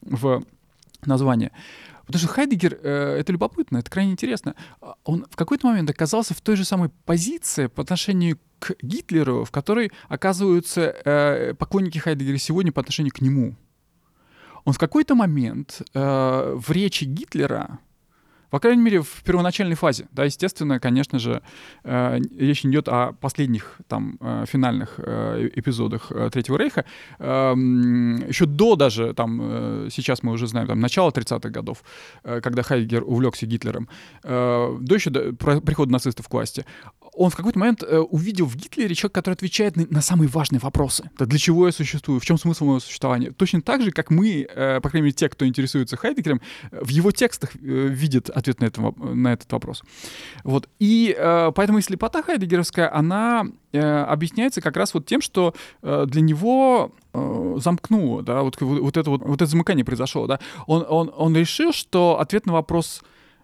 в название? Потому что Хайдеггер, э, это любопытно, это крайне интересно. Он в какой-то момент оказался в той же самой позиции по отношению к Гитлеру, в которой оказываются э, поклонники Хайдеггера сегодня по отношению к нему. Он в какой-то момент э, в речи Гитлера, по крайней мере, в первоначальной фазе, да, естественно, конечно же, э, речь не идет о последних там э, финальных э, эпизодах э, Третьего Рейха. Э, еще до даже, там, э, сейчас мы уже знаем, там, начало тридцатых годов, э, когда Хайдеггер увлекся Гитлером, э, до еще до прихода нацистов к власти, он в какой-то момент э, увидел в Гитлере человека, который отвечает на, на самые важные вопросы. Да, для чего я существую, в чем смысл моего существования? Точно так же, как мы, э, по крайней мере, те, кто интересуется Хайдеггером, в его текстах э, видят ответ на, это, на этот вопрос. Вот. И э, поэтому и слепота хайдеггеровская, она э, объясняется как раз вот тем, что э, для него э, замкнуло, да, вот, вот, это вот, вот это замыкание произошло. Да. Он, он, он решил, что ответ на вопрос,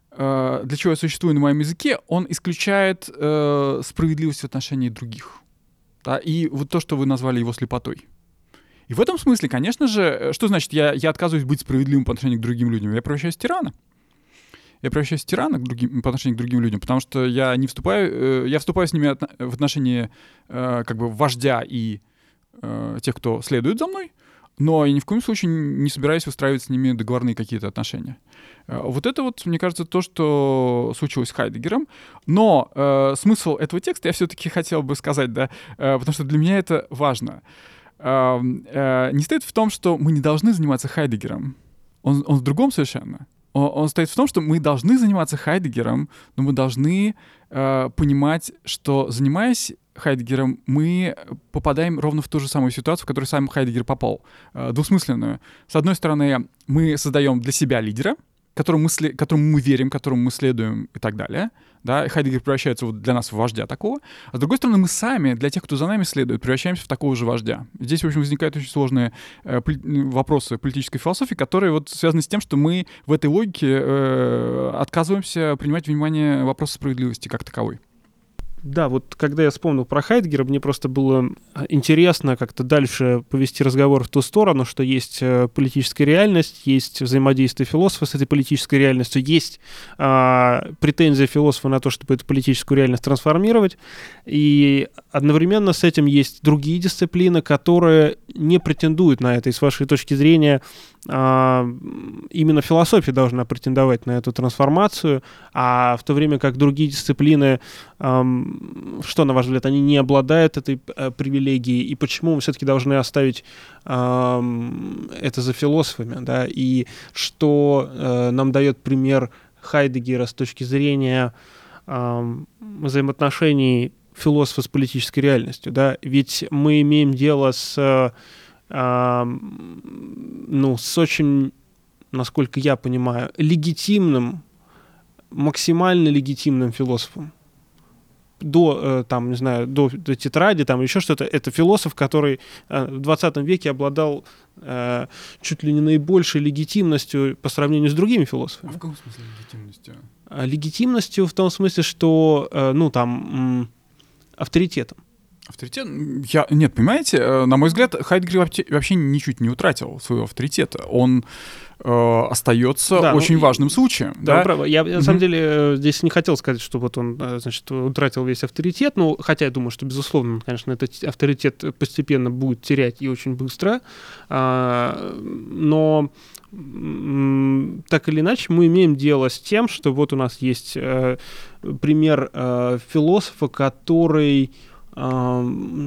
э, для чего я существую на моем языке, он исключает э, справедливость в отношении других. Да. И вот то, что вы назвали его слепотой. И в этом смысле, конечно же, что значит, я, я отказываюсь быть справедливым по отношению к другим людям? Я превращаюсь в тирана. Я превращаюсь в тирана к другим, по отношению к другим людям, потому что я не вступаю, я вступаю с ними в отношении как бы вождя и тех, кто следует за мной, но я ни в коем случае не собираюсь выстраивать с ними договорные какие-то отношения. Вот это вот, мне кажется, то, что случилось с Хайдеггером. Но э, смысл этого текста я все-таки хотел бы сказать, да, э, потому что для меня это важно. Э, э, не стоит в том, что мы не должны заниматься Хайдеггером. Он, он в другом совершенно. он стоит в том, что мы должны заниматься Хайдеггером, но мы должны э, понимать, что, занимаясь Хайдеггером, мы попадаем ровно в ту же самую ситуацию, в которую сам Хайдеггер попал, э, двусмысленную. С одной стороны, мы создаем для себя лидера, которому мы, след... которому мы верим, которому мы следуем и так далее. Да? Хайдеггер превращается вот для нас в вождя такого. А с другой стороны, мы сами, для тех, кто за нами следует, превращаемся в такого же вождя. Здесь, в общем, возникают очень сложные э, пол... вопросы политической философии, которые вот связаны с тем, что мы в этой логике э, отказываемся принимать во внимание вопросы справедливости как таковой. Да, вот когда я вспомнил про Хайдеггера, мне просто было интересно как-то дальше повести разговор в ту сторону, что есть политическая реальность, есть взаимодействие философа с этой политической реальностью, есть а, претензия философа на то, чтобы эту политическую реальность трансформировать, и одновременно с этим есть другие дисциплины, которые не претендуют на это, и с вашей точки зрения а, именно философия должна претендовать на эту трансформацию, а в то время как другие дисциплины, а, что, на ваш взгляд, они не обладают этой а, привилегией, и почему мы все-таки должны оставить а, это за философами, да, и что а, нам дает пример Хайдеггера с точки зрения а, взаимоотношений философа с политической реальностью, да, ведь мы имеем дело с, а, ну, с очень, насколько я понимаю, легитимным, максимально легитимным философом. До, там, не знаю, до, до тетради, там, еще что-то. Это философ, который в двадцатом веке обладал э, чуть ли не наибольшей легитимностью по сравнению с другими философами. А в каком смысле легитимностью? Легитимностью в том смысле, что, э, ну, там, м, авторитетом. Авторитет? Я... Нет, понимаете, на мой взгляд, Хайдеггер вообще, вообще ничуть не утратил своего авторитета. Он э, остается да, очень ну, важным случаем. Да, да? правда. Я, mm-hmm. на самом деле, здесь не хотел сказать, что вот он, значит, утратил весь авторитет, ну, хотя я думаю, что, безусловно, конечно, этот авторитет постепенно будет терять и очень быстро, а, но так или иначе мы имеем дело с тем, что вот у нас есть э, пример э, философа, который... на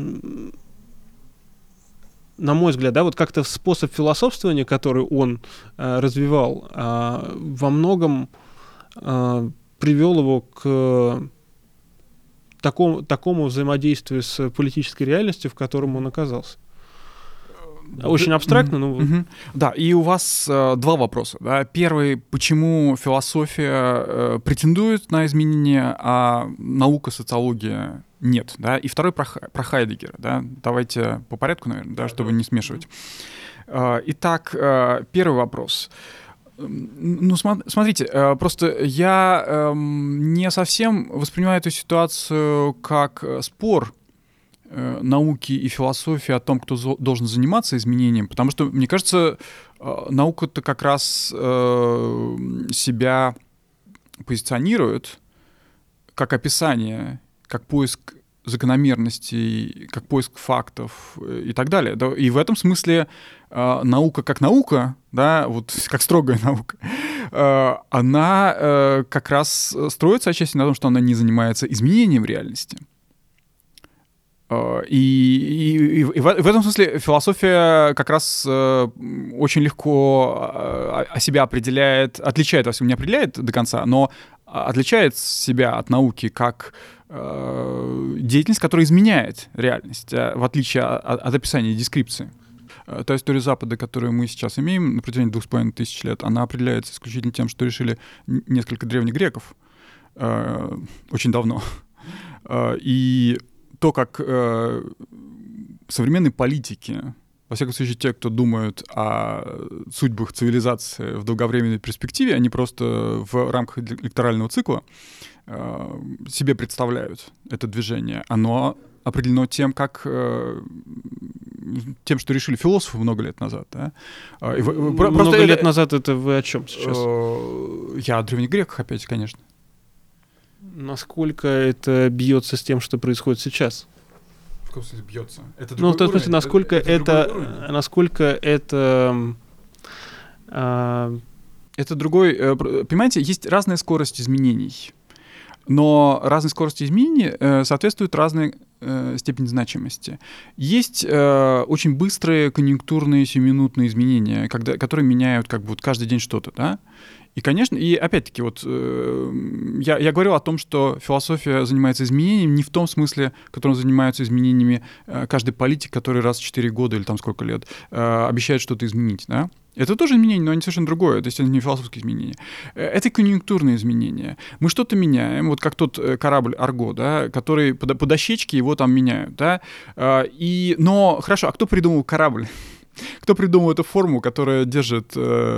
мой взгляд, да, вот как-то способ философствования, который он э, развивал, э, во многом э, привел его к такому, такому взаимодействию с политической реальностью, в котором он оказался. Очень абстрактно, mm-hmm. но... Mm-hmm. Да, и у вас э, два вопроса. Да? Первый, почему философия э, претендует на изменения, а наука, социология нет, да? И второй про, про Хайдеггера, да? Давайте по порядку, наверное, да, чтобы не смешивать. Э, итак, э, первый вопрос. Ну, смотрите, просто я э, не совсем воспринимаю эту ситуацию как спор науки и философии о том, кто должен заниматься изменением, потому что, мне кажется, наука-то как раз э, себя позиционирует как описание, как поиск закономерностей, как поиск фактов и так далее. И в этом смысле э, наука как наука, да, вот как строгая наука, э, она э, как раз строится отчасти на том, что она не занимается изменением реальности. И, и, и в, в этом смысле философия как раз э, очень легко о себя определяет, отличает, во всем не определяет до конца, но отличает себя от науки как э, деятельность, которая изменяет реальность, в отличие от, от описания и дескрипции. Та история Запада, которую мы сейчас имеем на протяжении двух с половиной тысяч лет, она определяется исключительно тем, что решили несколько древних греков э, очень давно. И то, как э, современные политики, во всяком случае те, кто думают о судьбах цивилизации в долговременной перспективе, они просто в рамках электорального цикла э, себе представляют это движение. Оно определено тем, как э, тем, что решили философы много лет назад. Да? И, много просто лет это, назад это вы о чем сейчас? Э, я о древних греках опять, конечно. Насколько это бьется с тем, что происходит сейчас? В каком смысле бьется? Это ну, в том смысле, насколько это, это, это насколько это, а... это другой. Понимаете, есть разная скорость изменений, но разной скорости изменений э, соответствует разной э, степени значимости. Есть э, очень быстрые конъюнктурные сиюминутные изменения, когда, которые меняют как бы вот каждый день что-то, да. И, конечно, и опять-таки, вот э, я, я говорил о том, что философия занимается изменением не в том смысле, в котором занимаются изменениями э, каждый политик, который раз в четыре года или там сколько лет э, обещает что-то изменить, да? Это тоже изменения, но они совершенно другое. То есть это не философские изменения. Это конъюнктурные изменения. Мы что-то меняем, вот как тот корабль «Арго», да, который по, по дощечке его там меняют. Да? И, но хорошо, а кто придумал корабль? Кто придумал эту форму, которая держит...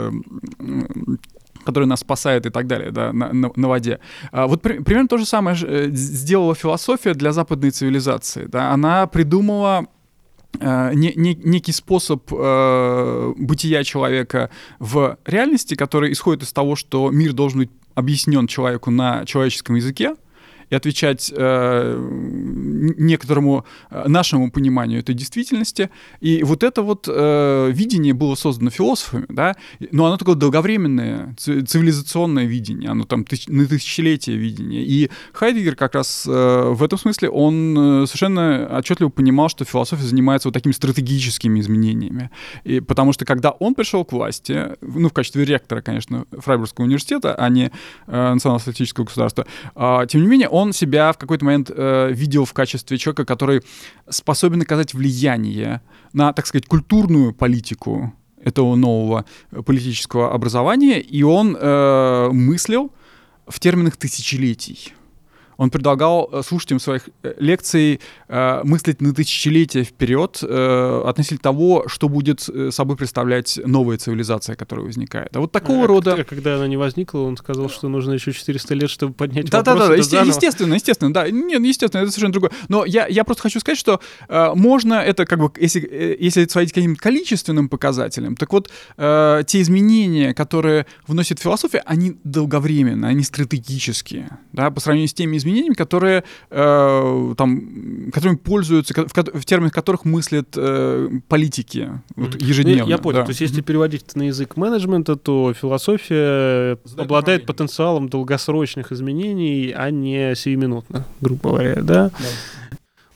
который нас спасает и так далее, да, на, на, на воде. А вот при, примерно то же самое сделала философия для западной цивилизации. Да? Она придумала э, не, не, некий способ э, бытия человека в реальности, который исходит из того, что мир должен быть объяснен человеку на человеческом языке, и отвечать э, некоторому нашему пониманию этой действительности. И вот это вот э, видение было создано философами, да, но оно такое долговременное, цивилизационное видение, оно там тысяч, на тысячелетие видение. И Хайдеггер как раз э, в этом смысле, он совершенно отчетливо понимал, что философия занимается вот такими стратегическими изменениями. И потому что когда он пришел к власти, ну, в качестве ректора, конечно, Фрайбургского университета, а не э, национал-социалистического государства, э, тем не менее, он Он себя в какой-то момент э, видел в качестве человека, который способен оказать влияние на, так сказать, культурную политику этого нового политического образования, и он э, мыслил в терминах тысячелетий. Он предлагал слушателям своих лекций э, мыслить на тысячелетия вперед э, относительно того, что будет собой представлять новая цивилизация, которая возникает. А вот такого а рода... Когда, когда она не возникла, он сказал, что нужно еще четыреста лет, чтобы поднять да, вопрос. Да-да-да, есте- естественно, естественно, да. Нет, естественно, это совершенно другое. Но я, я просто хочу сказать, что э, можно это как бы, если, э, если сводить к каким-то количественным показателям, так вот, э, те изменения, которые вносит философия, они долговременные, они стратегические, да, по сравнению с теми изменениями, которые, э, там, которыми пользуются, в, в терминах которых мыслят э, политики вот, ежедневно. Я, я понял. Да. То есть если переводить это на язык менеджмента, то философия Задает обладает потенциалом долгосрочных изменений, а не сиюминутных, грубо говоря, да? Да.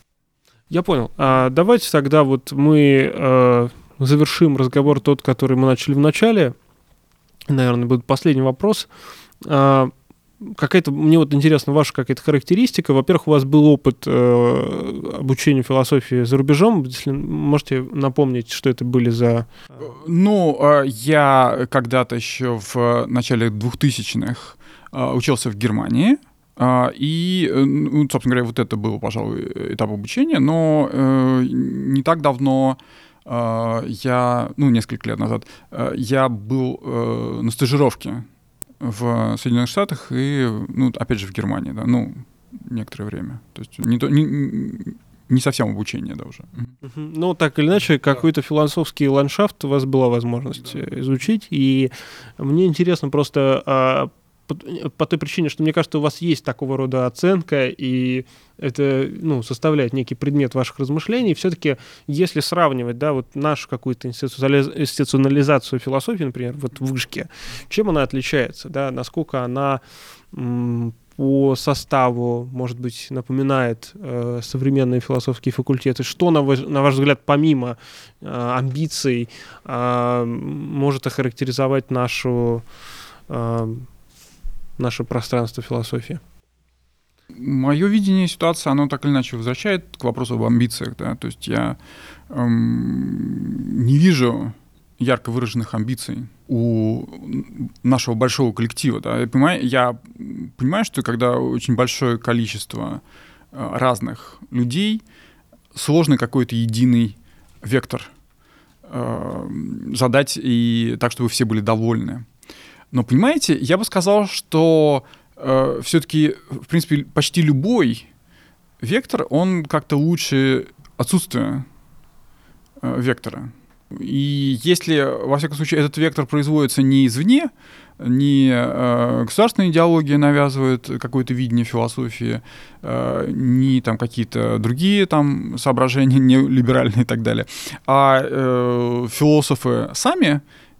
Я понял. А давайте тогда вот мы э, завершим разговор тот, который мы начали в начале. Наверное, будет последний вопрос. А, какая-то, мне вот интересна ваша какая-то характеристика. Во-первых, у вас был опыт э, обучения философии за рубежом. Если можете напомнить, что это были за... Ну, я когда-то еще в начале двухтысячных учился в Германии. И, ну, собственно говоря, вот это был, пожалуй, этап обучения. Но не так давно... я, ну, несколько лет назад, я был на стажировке в Соединенных Штатах и, ну, опять же, в Германии, да, ну, некоторое время. То есть не, то, не, не совсем обучение, да, уже. Uh-huh. Ну, так или иначе, какой-то философский ландшафт у вас была возможность да. изучить, и мне интересно просто а, по, по той причине, что мне кажется, у вас есть такого рода оценка, и это, ну, составляет некий предмет ваших размышлений. Все-таки, если сравнивать, да, вот нашу какую-то институционализацию философии, например, вот в Вышке, чем она отличается, да, насколько она м- по составу, может быть, напоминает э, современные философские факультеты, что, на ваш, на ваш взгляд, помимо э, амбиций, э, может охарактеризовать нашу, э, наше пространство философии? Мое видение ситуации, оно так или иначе возвращает к вопросу об амбициях, да, то есть я эм, не вижу ярко выраженных амбиций у нашего большого коллектива, да, я понимаю, я понимаю, что когда очень большое количество разных людей, сложно какой-то единый вектор э, задать и так, чтобы все были довольны. Но, понимаете, я бы сказал, что э, все-таки, в принципе, почти любой вектор, он как-то лучше отсутствия э, вектора. И если, во всяком случае, этот вектор производится не извне, не э, государственная идеология навязывает какое-то видение философии, э, не там какие-то другие там соображения неолиберальные и так далее, а э, философы сами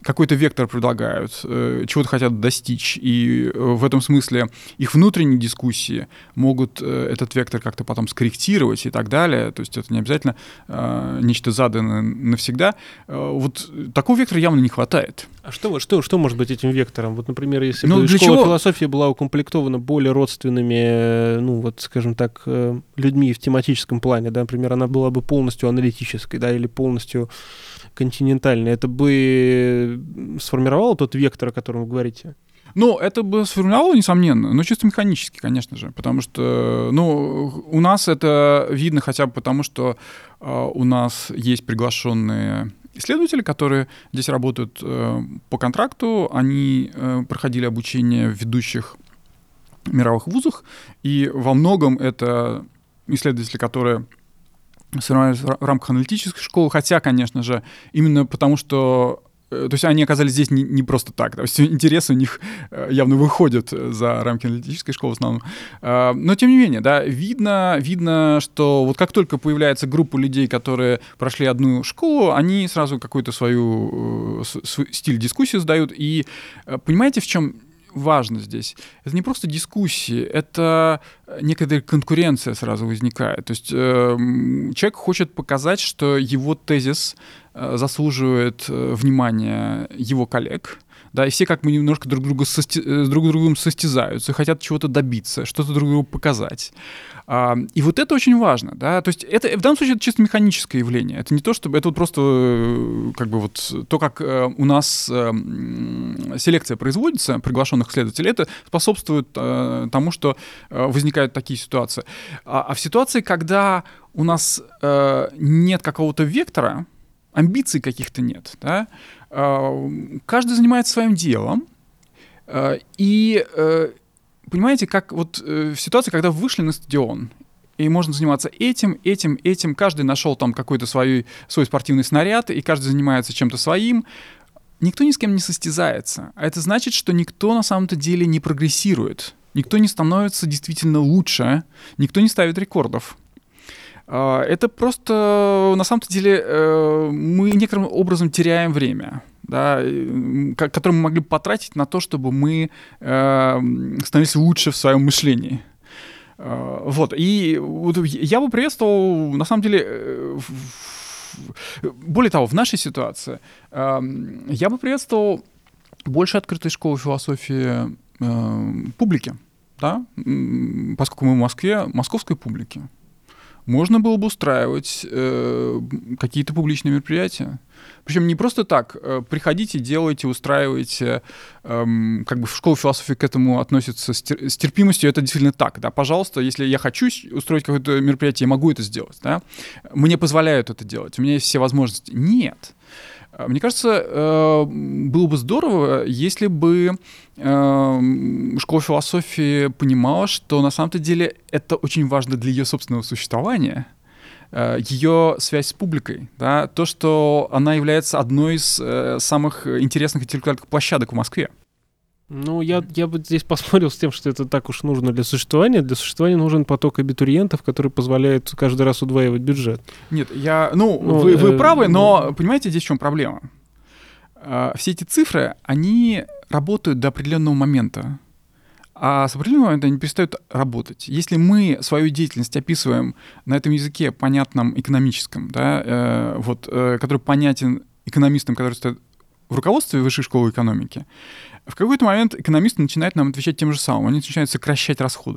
какой-то вектор предлагают, чего-то хотят достичь, и в этом смысле их внутренние дискуссии могут этот вектор как-то потом скорректировать и так далее, то есть это не обязательно нечто заданное навсегда. Вот такого вектора явно не хватает. А что, что, что может быть этим вектором? Вот, например, если ну, бы для школа чего? философии была укомплектована более родственными, ну вот, скажем так, людьми в тематическом плане, да, например, она была бы полностью аналитической, да, или полностью континентальной, это бы сформировало тот вектор, о котором вы говорите? Ну, это бы сформировало, несомненно, но чисто механически, конечно же, потому что, ну, у нас это видно хотя бы потому, что э, у нас есть приглашенные исследователи, которые здесь работают э, по контракту, они э, проходили обучение в ведущих мировых вузах, и во многом это исследователи, которые сформировались в рамках аналитической школы, хотя, конечно же, именно потому, что то есть они оказались здесь не, не просто так. То есть интересы у них явно выходят за рамки аналитической школы в основном. Но тем не менее, да, видно, видно, что вот как только появляется группа людей, которые прошли одну школу, они сразу какой-то свою, свой стиль дискуссии задают. И понимаете, в чем важно здесь? Это не просто дискуссии, это некая конкуренция сразу возникает. То есть э, человек хочет показать, что его тезис э, заслуживает э, внимания его коллег, да, и все как бы немножко друг, друга сости... друг с другом состязаются, хотят чего-то добиться, что-то друг другу показать. А, и вот это очень важно, да, то есть это в данном случае это чисто механическое явление, это не то, чтобы это вот просто как бы вот то, как у нас селекция производится приглашенных исследователей, это способствует тому, что возникают такие ситуации. А, а в ситуации, когда у нас нет какого-то вектора, амбиций каких-то нет, да, каждый занимается своим делом, и понимаете, как вот в ситуации, когда вы вышли на стадион, и можно заниматься этим, этим, этим, каждый нашел там какой-то свой, свой спортивный снаряд, и каждый занимается чем-то своим, никто ни с кем не состязается. А это значит, что никто на самом-то деле не прогрессирует, никто не становится действительно лучше, никто не ставит рекордов. Это просто, на самом-то деле, мы некоторым образом теряем время, да, которое мы могли бы потратить на то, чтобы мы становились лучше в своем мышлении. Вот. И вот я бы приветствовал, на самом деле, более того, в нашей ситуации, я бы приветствовал больше открытой школы философии публики, да, поскольку мы в Москве, московской публики. Можно было бы устраивать э, какие-то публичные мероприятия. Причем не просто так. Э, приходите, делайте, устраивайте. Э, как бы в школу философии к этому относится с, тер- с терпимостью. Это действительно так. Да? Пожалуйста, если я хочу устроить какое-то мероприятие, я могу это сделать. Да? Мне позволяют это делать. У меня есть все возможности. Нет. Мне кажется, было бы здорово, если бы школа философии понимала, что на самом-то деле это очень важно для ее собственного существования, ее связь с публикой, да, то, что она является одной из самых интересных интеллектуальных площадок в Москве. Ну, я, я бы здесь поспорил с тем, что это так уж нужно для существования. Для существования нужен поток абитуриентов, который позволяет каждый раз удваивать бюджет. Нет, я... Ну, ну вы, вы э, правы, но, ну... понимаете, здесь в чем проблема? Все эти цифры, они работают до определенного момента, а с определенного момента они перестают работать. Если мы свою деятельность описываем на этом языке, понятном экономическом, да, э, вот, э, который понятен экономистам, которые стоят в руководстве высшей школы экономики, в какой-то момент экономисты начинают нам отвечать тем же самым. Они начинают сокращать расходы.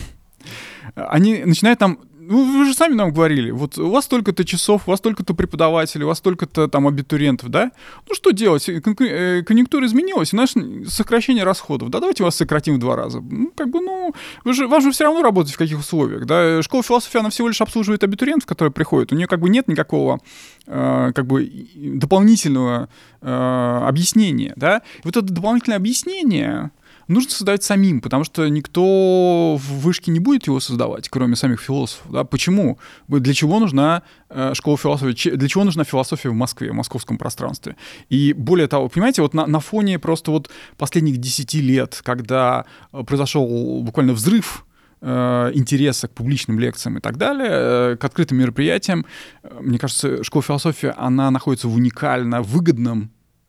Они начинают нам... Ну, вы же сами нам говорили, вот у вас столько-то часов, у вас столько-то преподавателей, у вас столько-то там абитуриентов, да? Ну, что делать? Конъюнктура изменилась, и наше сокращение расходов. Да, давайте вас сократим в два раза. Ну, как бы, ну, вы же, вам же все равно работать в каких условиях, да? Школа философии, она всего лишь обслуживает абитуриентов, которые приходят. У нее как бы нет никакого э, как бы дополнительного э, объяснения, да? И вот это дополнительное объяснение нужно создавать самим, потому что никто в вышке не будет его создавать, кроме самих философов. Да? Почему? Для чего нужна э, школа философии? Для чего нужна философия в Москве, в московском пространстве? И более того, понимаете, вот на, на фоне просто вот последних десяти лет, когда произошел буквально взрыв э, интереса к публичным лекциям и так далее, э, к открытым мероприятиям, э, мне кажется, школа философии, она находится в уникально выгодном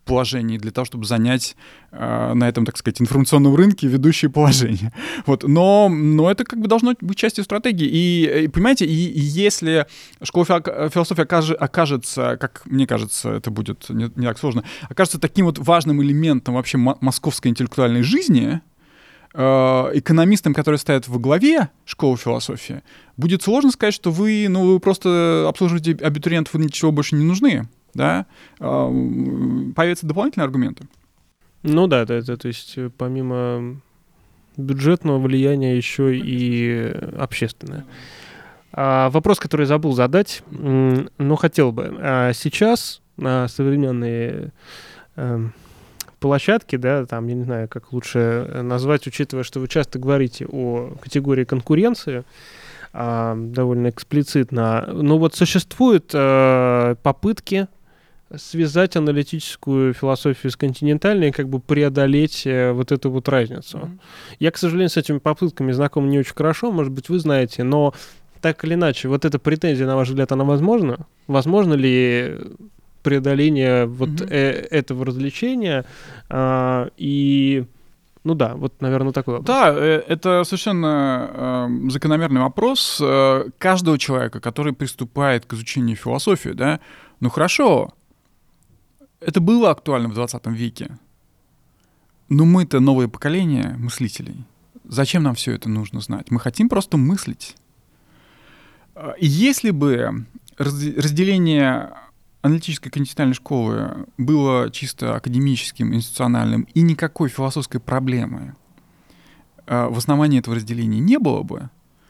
положении для того, чтобы занять э, на этом, так сказать, информационном рынке ведущее положение. Вот. Но, но это как бы должно быть частью стратегии. И, и понимаете, и, и если школа философии окажется, окажется, как мне кажется, это будет не, не так сложно, окажется таким вот важным элементом вообще московской интеллектуальной жизни, экономистам, которые стоят во главе школы философии, будет сложно сказать, что вы, ну, вы просто обслуживаете абитуриентов, вы ничего больше не нужны. Да? Появятся дополнительные аргументы. Ну да, да, да, то есть помимо бюджетного влияния еще и общественное. А вопрос, который я забыл задать, но хотел бы. А сейчас на современные э, площадки, да, там, я не знаю, как лучше назвать, учитывая, что вы часто говорите о категории конкуренции, э, довольно эксплицитно, но вот существуют э, попытки связать аналитическую философию с континентальной и как бы преодолеть э, вот эту вот разницу. Mm-hmm. Я, к сожалению, с этими попытками знаком не очень хорошо, может быть, вы знаете, но так или иначе, вот эта претензия, на ваш взгляд, она возможна? Возможно ли преодоление вот mm-hmm. э- этого развлечения? А, и, ну да, вот, наверное, такой вопрос. Да, это совершенно э, закономерный вопрос э, каждого человека, который приступает к изучению философии, да, ну хорошо, это было актуально в двадцатом веке. Но мы-то новое поколение мыслителей. Зачем нам все это нужно знать? Мы хотим просто мыслить. И если бы разделение аналитической континентальной школы было чисто академическим, институциональным, и никакой философской проблемы в основании этого разделения не было бы,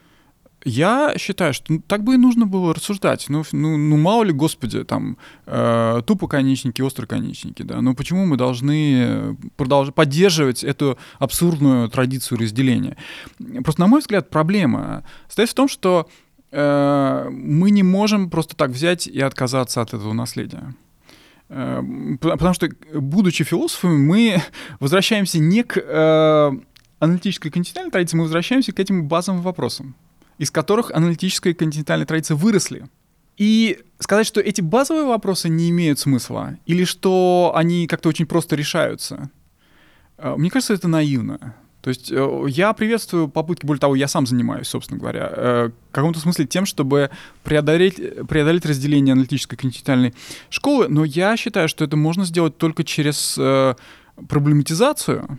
я считаю, что так бы и нужно было рассуждать. Ну, ну, ну мало ли, господи, там, э, тупоконечники, остроконечники, да. Ну, почему мы должны продолжать поддерживать эту абсурдную традицию разделения? Просто, на мой взгляд, проблема состоит в том, что э, мы не можем просто так взять и отказаться от этого наследия. Э, потому что, будучи философами, мы возвращаемся не к э, аналитической континентальной традиции, мы возвращаемся к этим базовым вопросам, из которых аналитическая и континентальная традиции выросли. И сказать, что эти базовые вопросы не имеют смысла, или что они как-то очень просто решаются, мне кажется, это наивно. То есть я приветствую попытки, более того, я сам занимаюсь, собственно говоря, в каком-то смысле тем, чтобы преодолеть, преодолеть разделение аналитической и континентальной школы, но я считаю, что это можно сделать только через проблематизацию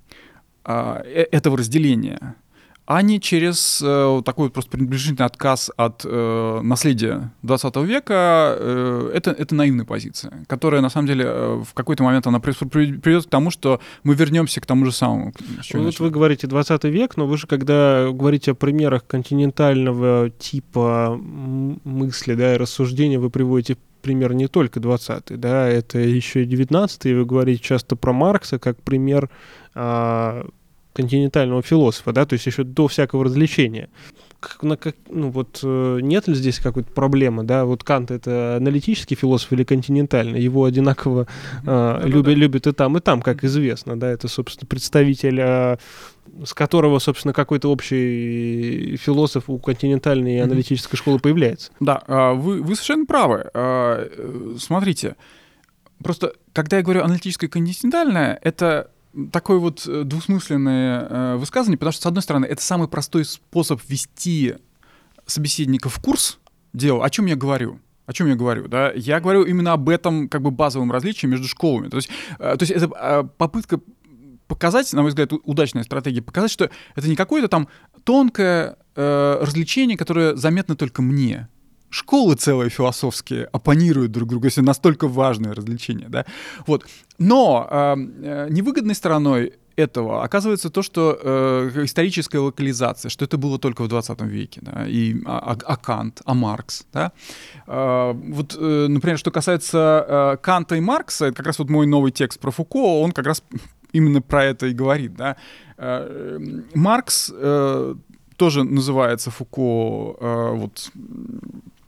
этого разделения, а не через э, такой просто пренебрежительный отказ от э, наследия двадцатого века. Э, это, это наивная позиция, которая, на самом деле, э, в какой-то момент она приведет к тому, что мы вернемся к тому же самому. Ну, вот вы говорите двадцатый век, но вы же, когда говорите о примерах континентального типа мысли, да, и рассуждения, вы приводите пример не только двадцатый, да, это еще и девятнадцатый, и вы говорите часто про Маркса как пример а, континентального философа, да, то есть еще до всякого развлечения. Как, на, как, ну вот нет ли здесь какой-то проблемы, да, вот Кант — это аналитический философ или континентальный, его одинаково mm-hmm. э, любят, любят и там, и там, как известно, да, это, собственно, представитель, э, с которого, собственно, какой-то общий философ у континентальной и аналитической mm-hmm. школы появляется. Да, вы, вы совершенно правы. Смотрите, просто, когда я говорю аналитическое и континентальное, это такое вот двусмысленное э, высказывание, потому что, с одной стороны, это самый простой способ ввести собеседника в курс дела. О чем я говорю? О чем я говорю? Да? Я говорю именно об этом как бы базовом различии между школами. То есть, э, то есть это э, попытка показать, на мой взгляд, удачная стратегия, показать, что это не какое-то там тонкое э, развлечение, которое заметно только мне. Школы целые философские оппонируют друг другу, если настолько важное развлечение, да. Вот. Но э, невыгодной стороной этого оказывается то, что э, историческая локализация, что это было только в двадцатом веке, да, и а, а Кант, а Маркс, да. Э, вот, э, например, что касается э, Канта и Маркса, это как раз вот мой новый текст про Фуко, он как раз именно про это и говорит, да. Э, Маркс э, тоже называется Фуко э, вот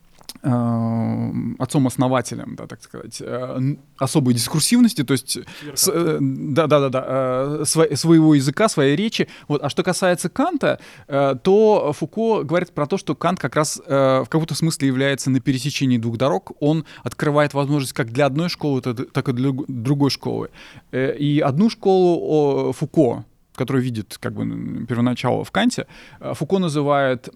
отцом-основателем, да, так сказать, особой дискурсивности, то есть с, да, да, да, да, сво, своего языка, своей речи. Вот. А что касается Канта, то Фуко говорит про то, что Кант как раз в каком-то смысле является на пересечении двух дорог. Он открывает возможность как для одной школы, так и для другой школы. И одну школу Фуко, которую видит как бы первоначало в Канте, Фуко называет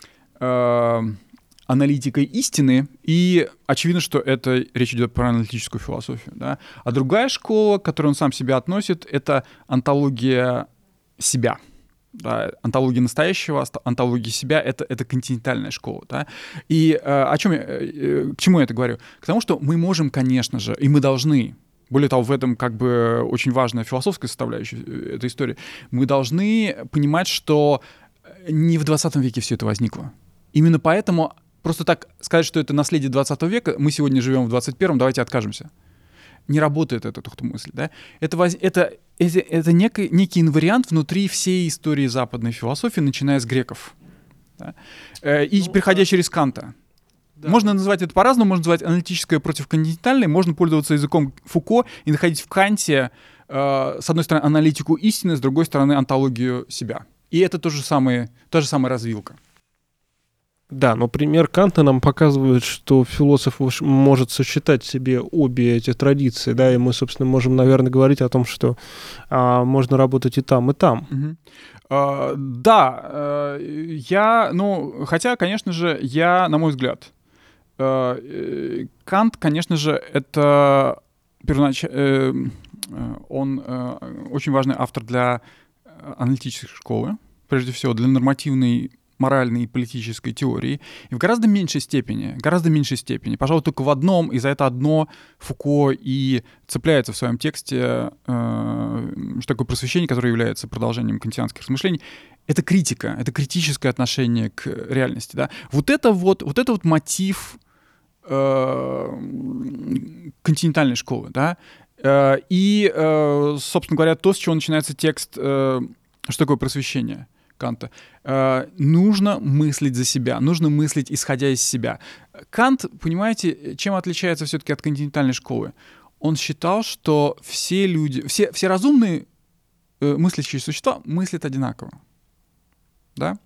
аналитикой истины, и очевидно, что это речь идет про аналитическую философию. Да? А другая школа, к которой он сам себя относит, это онтология себя. Да? Онтология настоящего, онтология себя — это, это континентальная школа. Да? И э, о чем я, э, к чему я это говорю? К тому, что мы можем, конечно же, и мы должны, более того, в этом как бы очень важная философская составляющая этой истории, мы должны понимать, что не в двадцатом веке все это возникло. Именно поэтому просто так сказать, что это наследие двадцатого века, мы сегодня живем в двадцать первом, давайте откажемся. Не работает эта мысль. Да? Это, это, это, это некий, некий инвариант внутри всей истории западной философии, начиная с греков. Да? И ну, переходя а... через Канта. Да. Можно называть это по-разному, можно называть аналитическое против континентальной, можно пользоваться языком Фуко и находить в Канте, э, с одной стороны, аналитику истины, с другой стороны, онтологию себя. И это то же самое, та же самая развилка. Да, но пример Канта нам показывает, что философ может сочетать в себе обе эти традиции, да, и мы, собственно, можем, наверное, говорить о том, что а, можно работать и там, и там. Угу. А, да, а, я, ну, хотя, конечно же, я, на мой взгляд, а, Кант, конечно же, это первонач... э, он э, очень важный автор для аналитической школы, прежде всего для нормативной моральной и политической теории, и в гораздо меньшей степени, гораздо меньшей степени, пожалуй, только в одном, и за это одно Фуко и цепляется в своем тексте, э, что такое просвещение, которое является продолжением кантианских размышлений, это критика, это критическое отношение к реальности. Да? Вот это вот, вот это вот мотив э, континентальной школы, да, э, и, э, собственно говоря, то, с чего начинается текст, э, что такое просвещение Канта. Э, нужно мыслить за себя, нужно мыслить, исходя из себя. Кант, понимаете, чем отличается все-таки от континентальной школы? Он считал, что все люди, все, все разумные э, мыслящие существа мыслят одинаково. Да?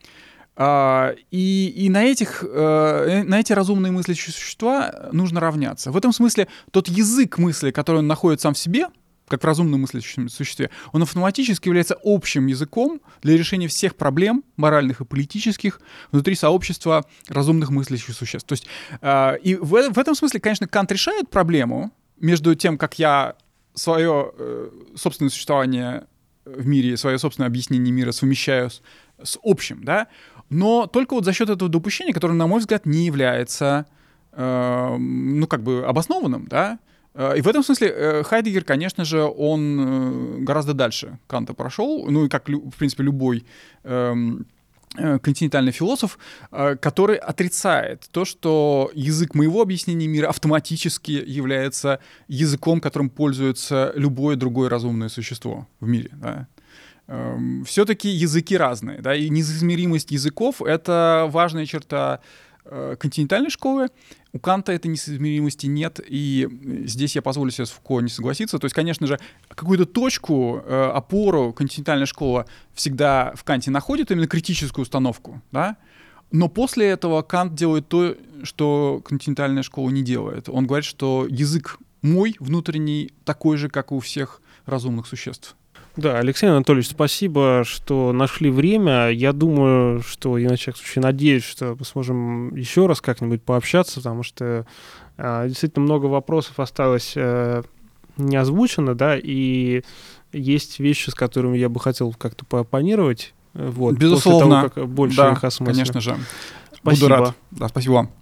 Uh, и, и на, этих, uh, на эти разумные мыслящие существа нужно равняться. В этом смысле тот язык мысли, который он находит сам в себе, как в разумном мыслящем существе, он автоматически является общим языком для решения всех проблем, моральных и политических, внутри сообщества разумных мыслящих существ. То есть, uh, и в, в этом смысле, конечно, Кант решает проблему между тем, как я свое uh, собственное существование в мире, свое собственное объяснение мира совмещаю с, с общим, да, но только вот за счет этого допущения, которое, на мой взгляд, не является, э, ну, как бы обоснованным, да. И в этом смысле э, Хайдеггер, конечно же, он э, гораздо дальше Канта прошел, ну, и как, в принципе, любой э, э, континентальный философ, э, который отрицает то, что язык моего объяснения мира автоматически является языком, которым пользуется любое другое разумное существо в мире, да. Все-таки языки разные, да, и несоизмеримость языков — это важная черта э, континентальной школы. У Канта этой несоизмеримости нет, и здесь я позволю себе с Фуко не согласиться. То есть, конечно же, какую-то точку, э, опору континентальная школа всегда в Канте находит, именно критическую установку, да, но после этого Кант делает то, что континентальная школа не делает. Он говорит, что язык мой внутренний такой же, как и у всех разумных существ. Да, Алексей Анатольевич, спасибо, что нашли время. Я думаю, что, я на всякий случай надеюсь, что мы сможем еще раз как-нибудь пообщаться, потому что э, действительно много вопросов осталось э, не озвучено, да, и есть вещи, с которыми я бы хотел как-то пооппонировать. Вот, безусловно. После того, как больше да, их осмыслю. Конечно же. Спасибо. Буду рад. Да, спасибо вам.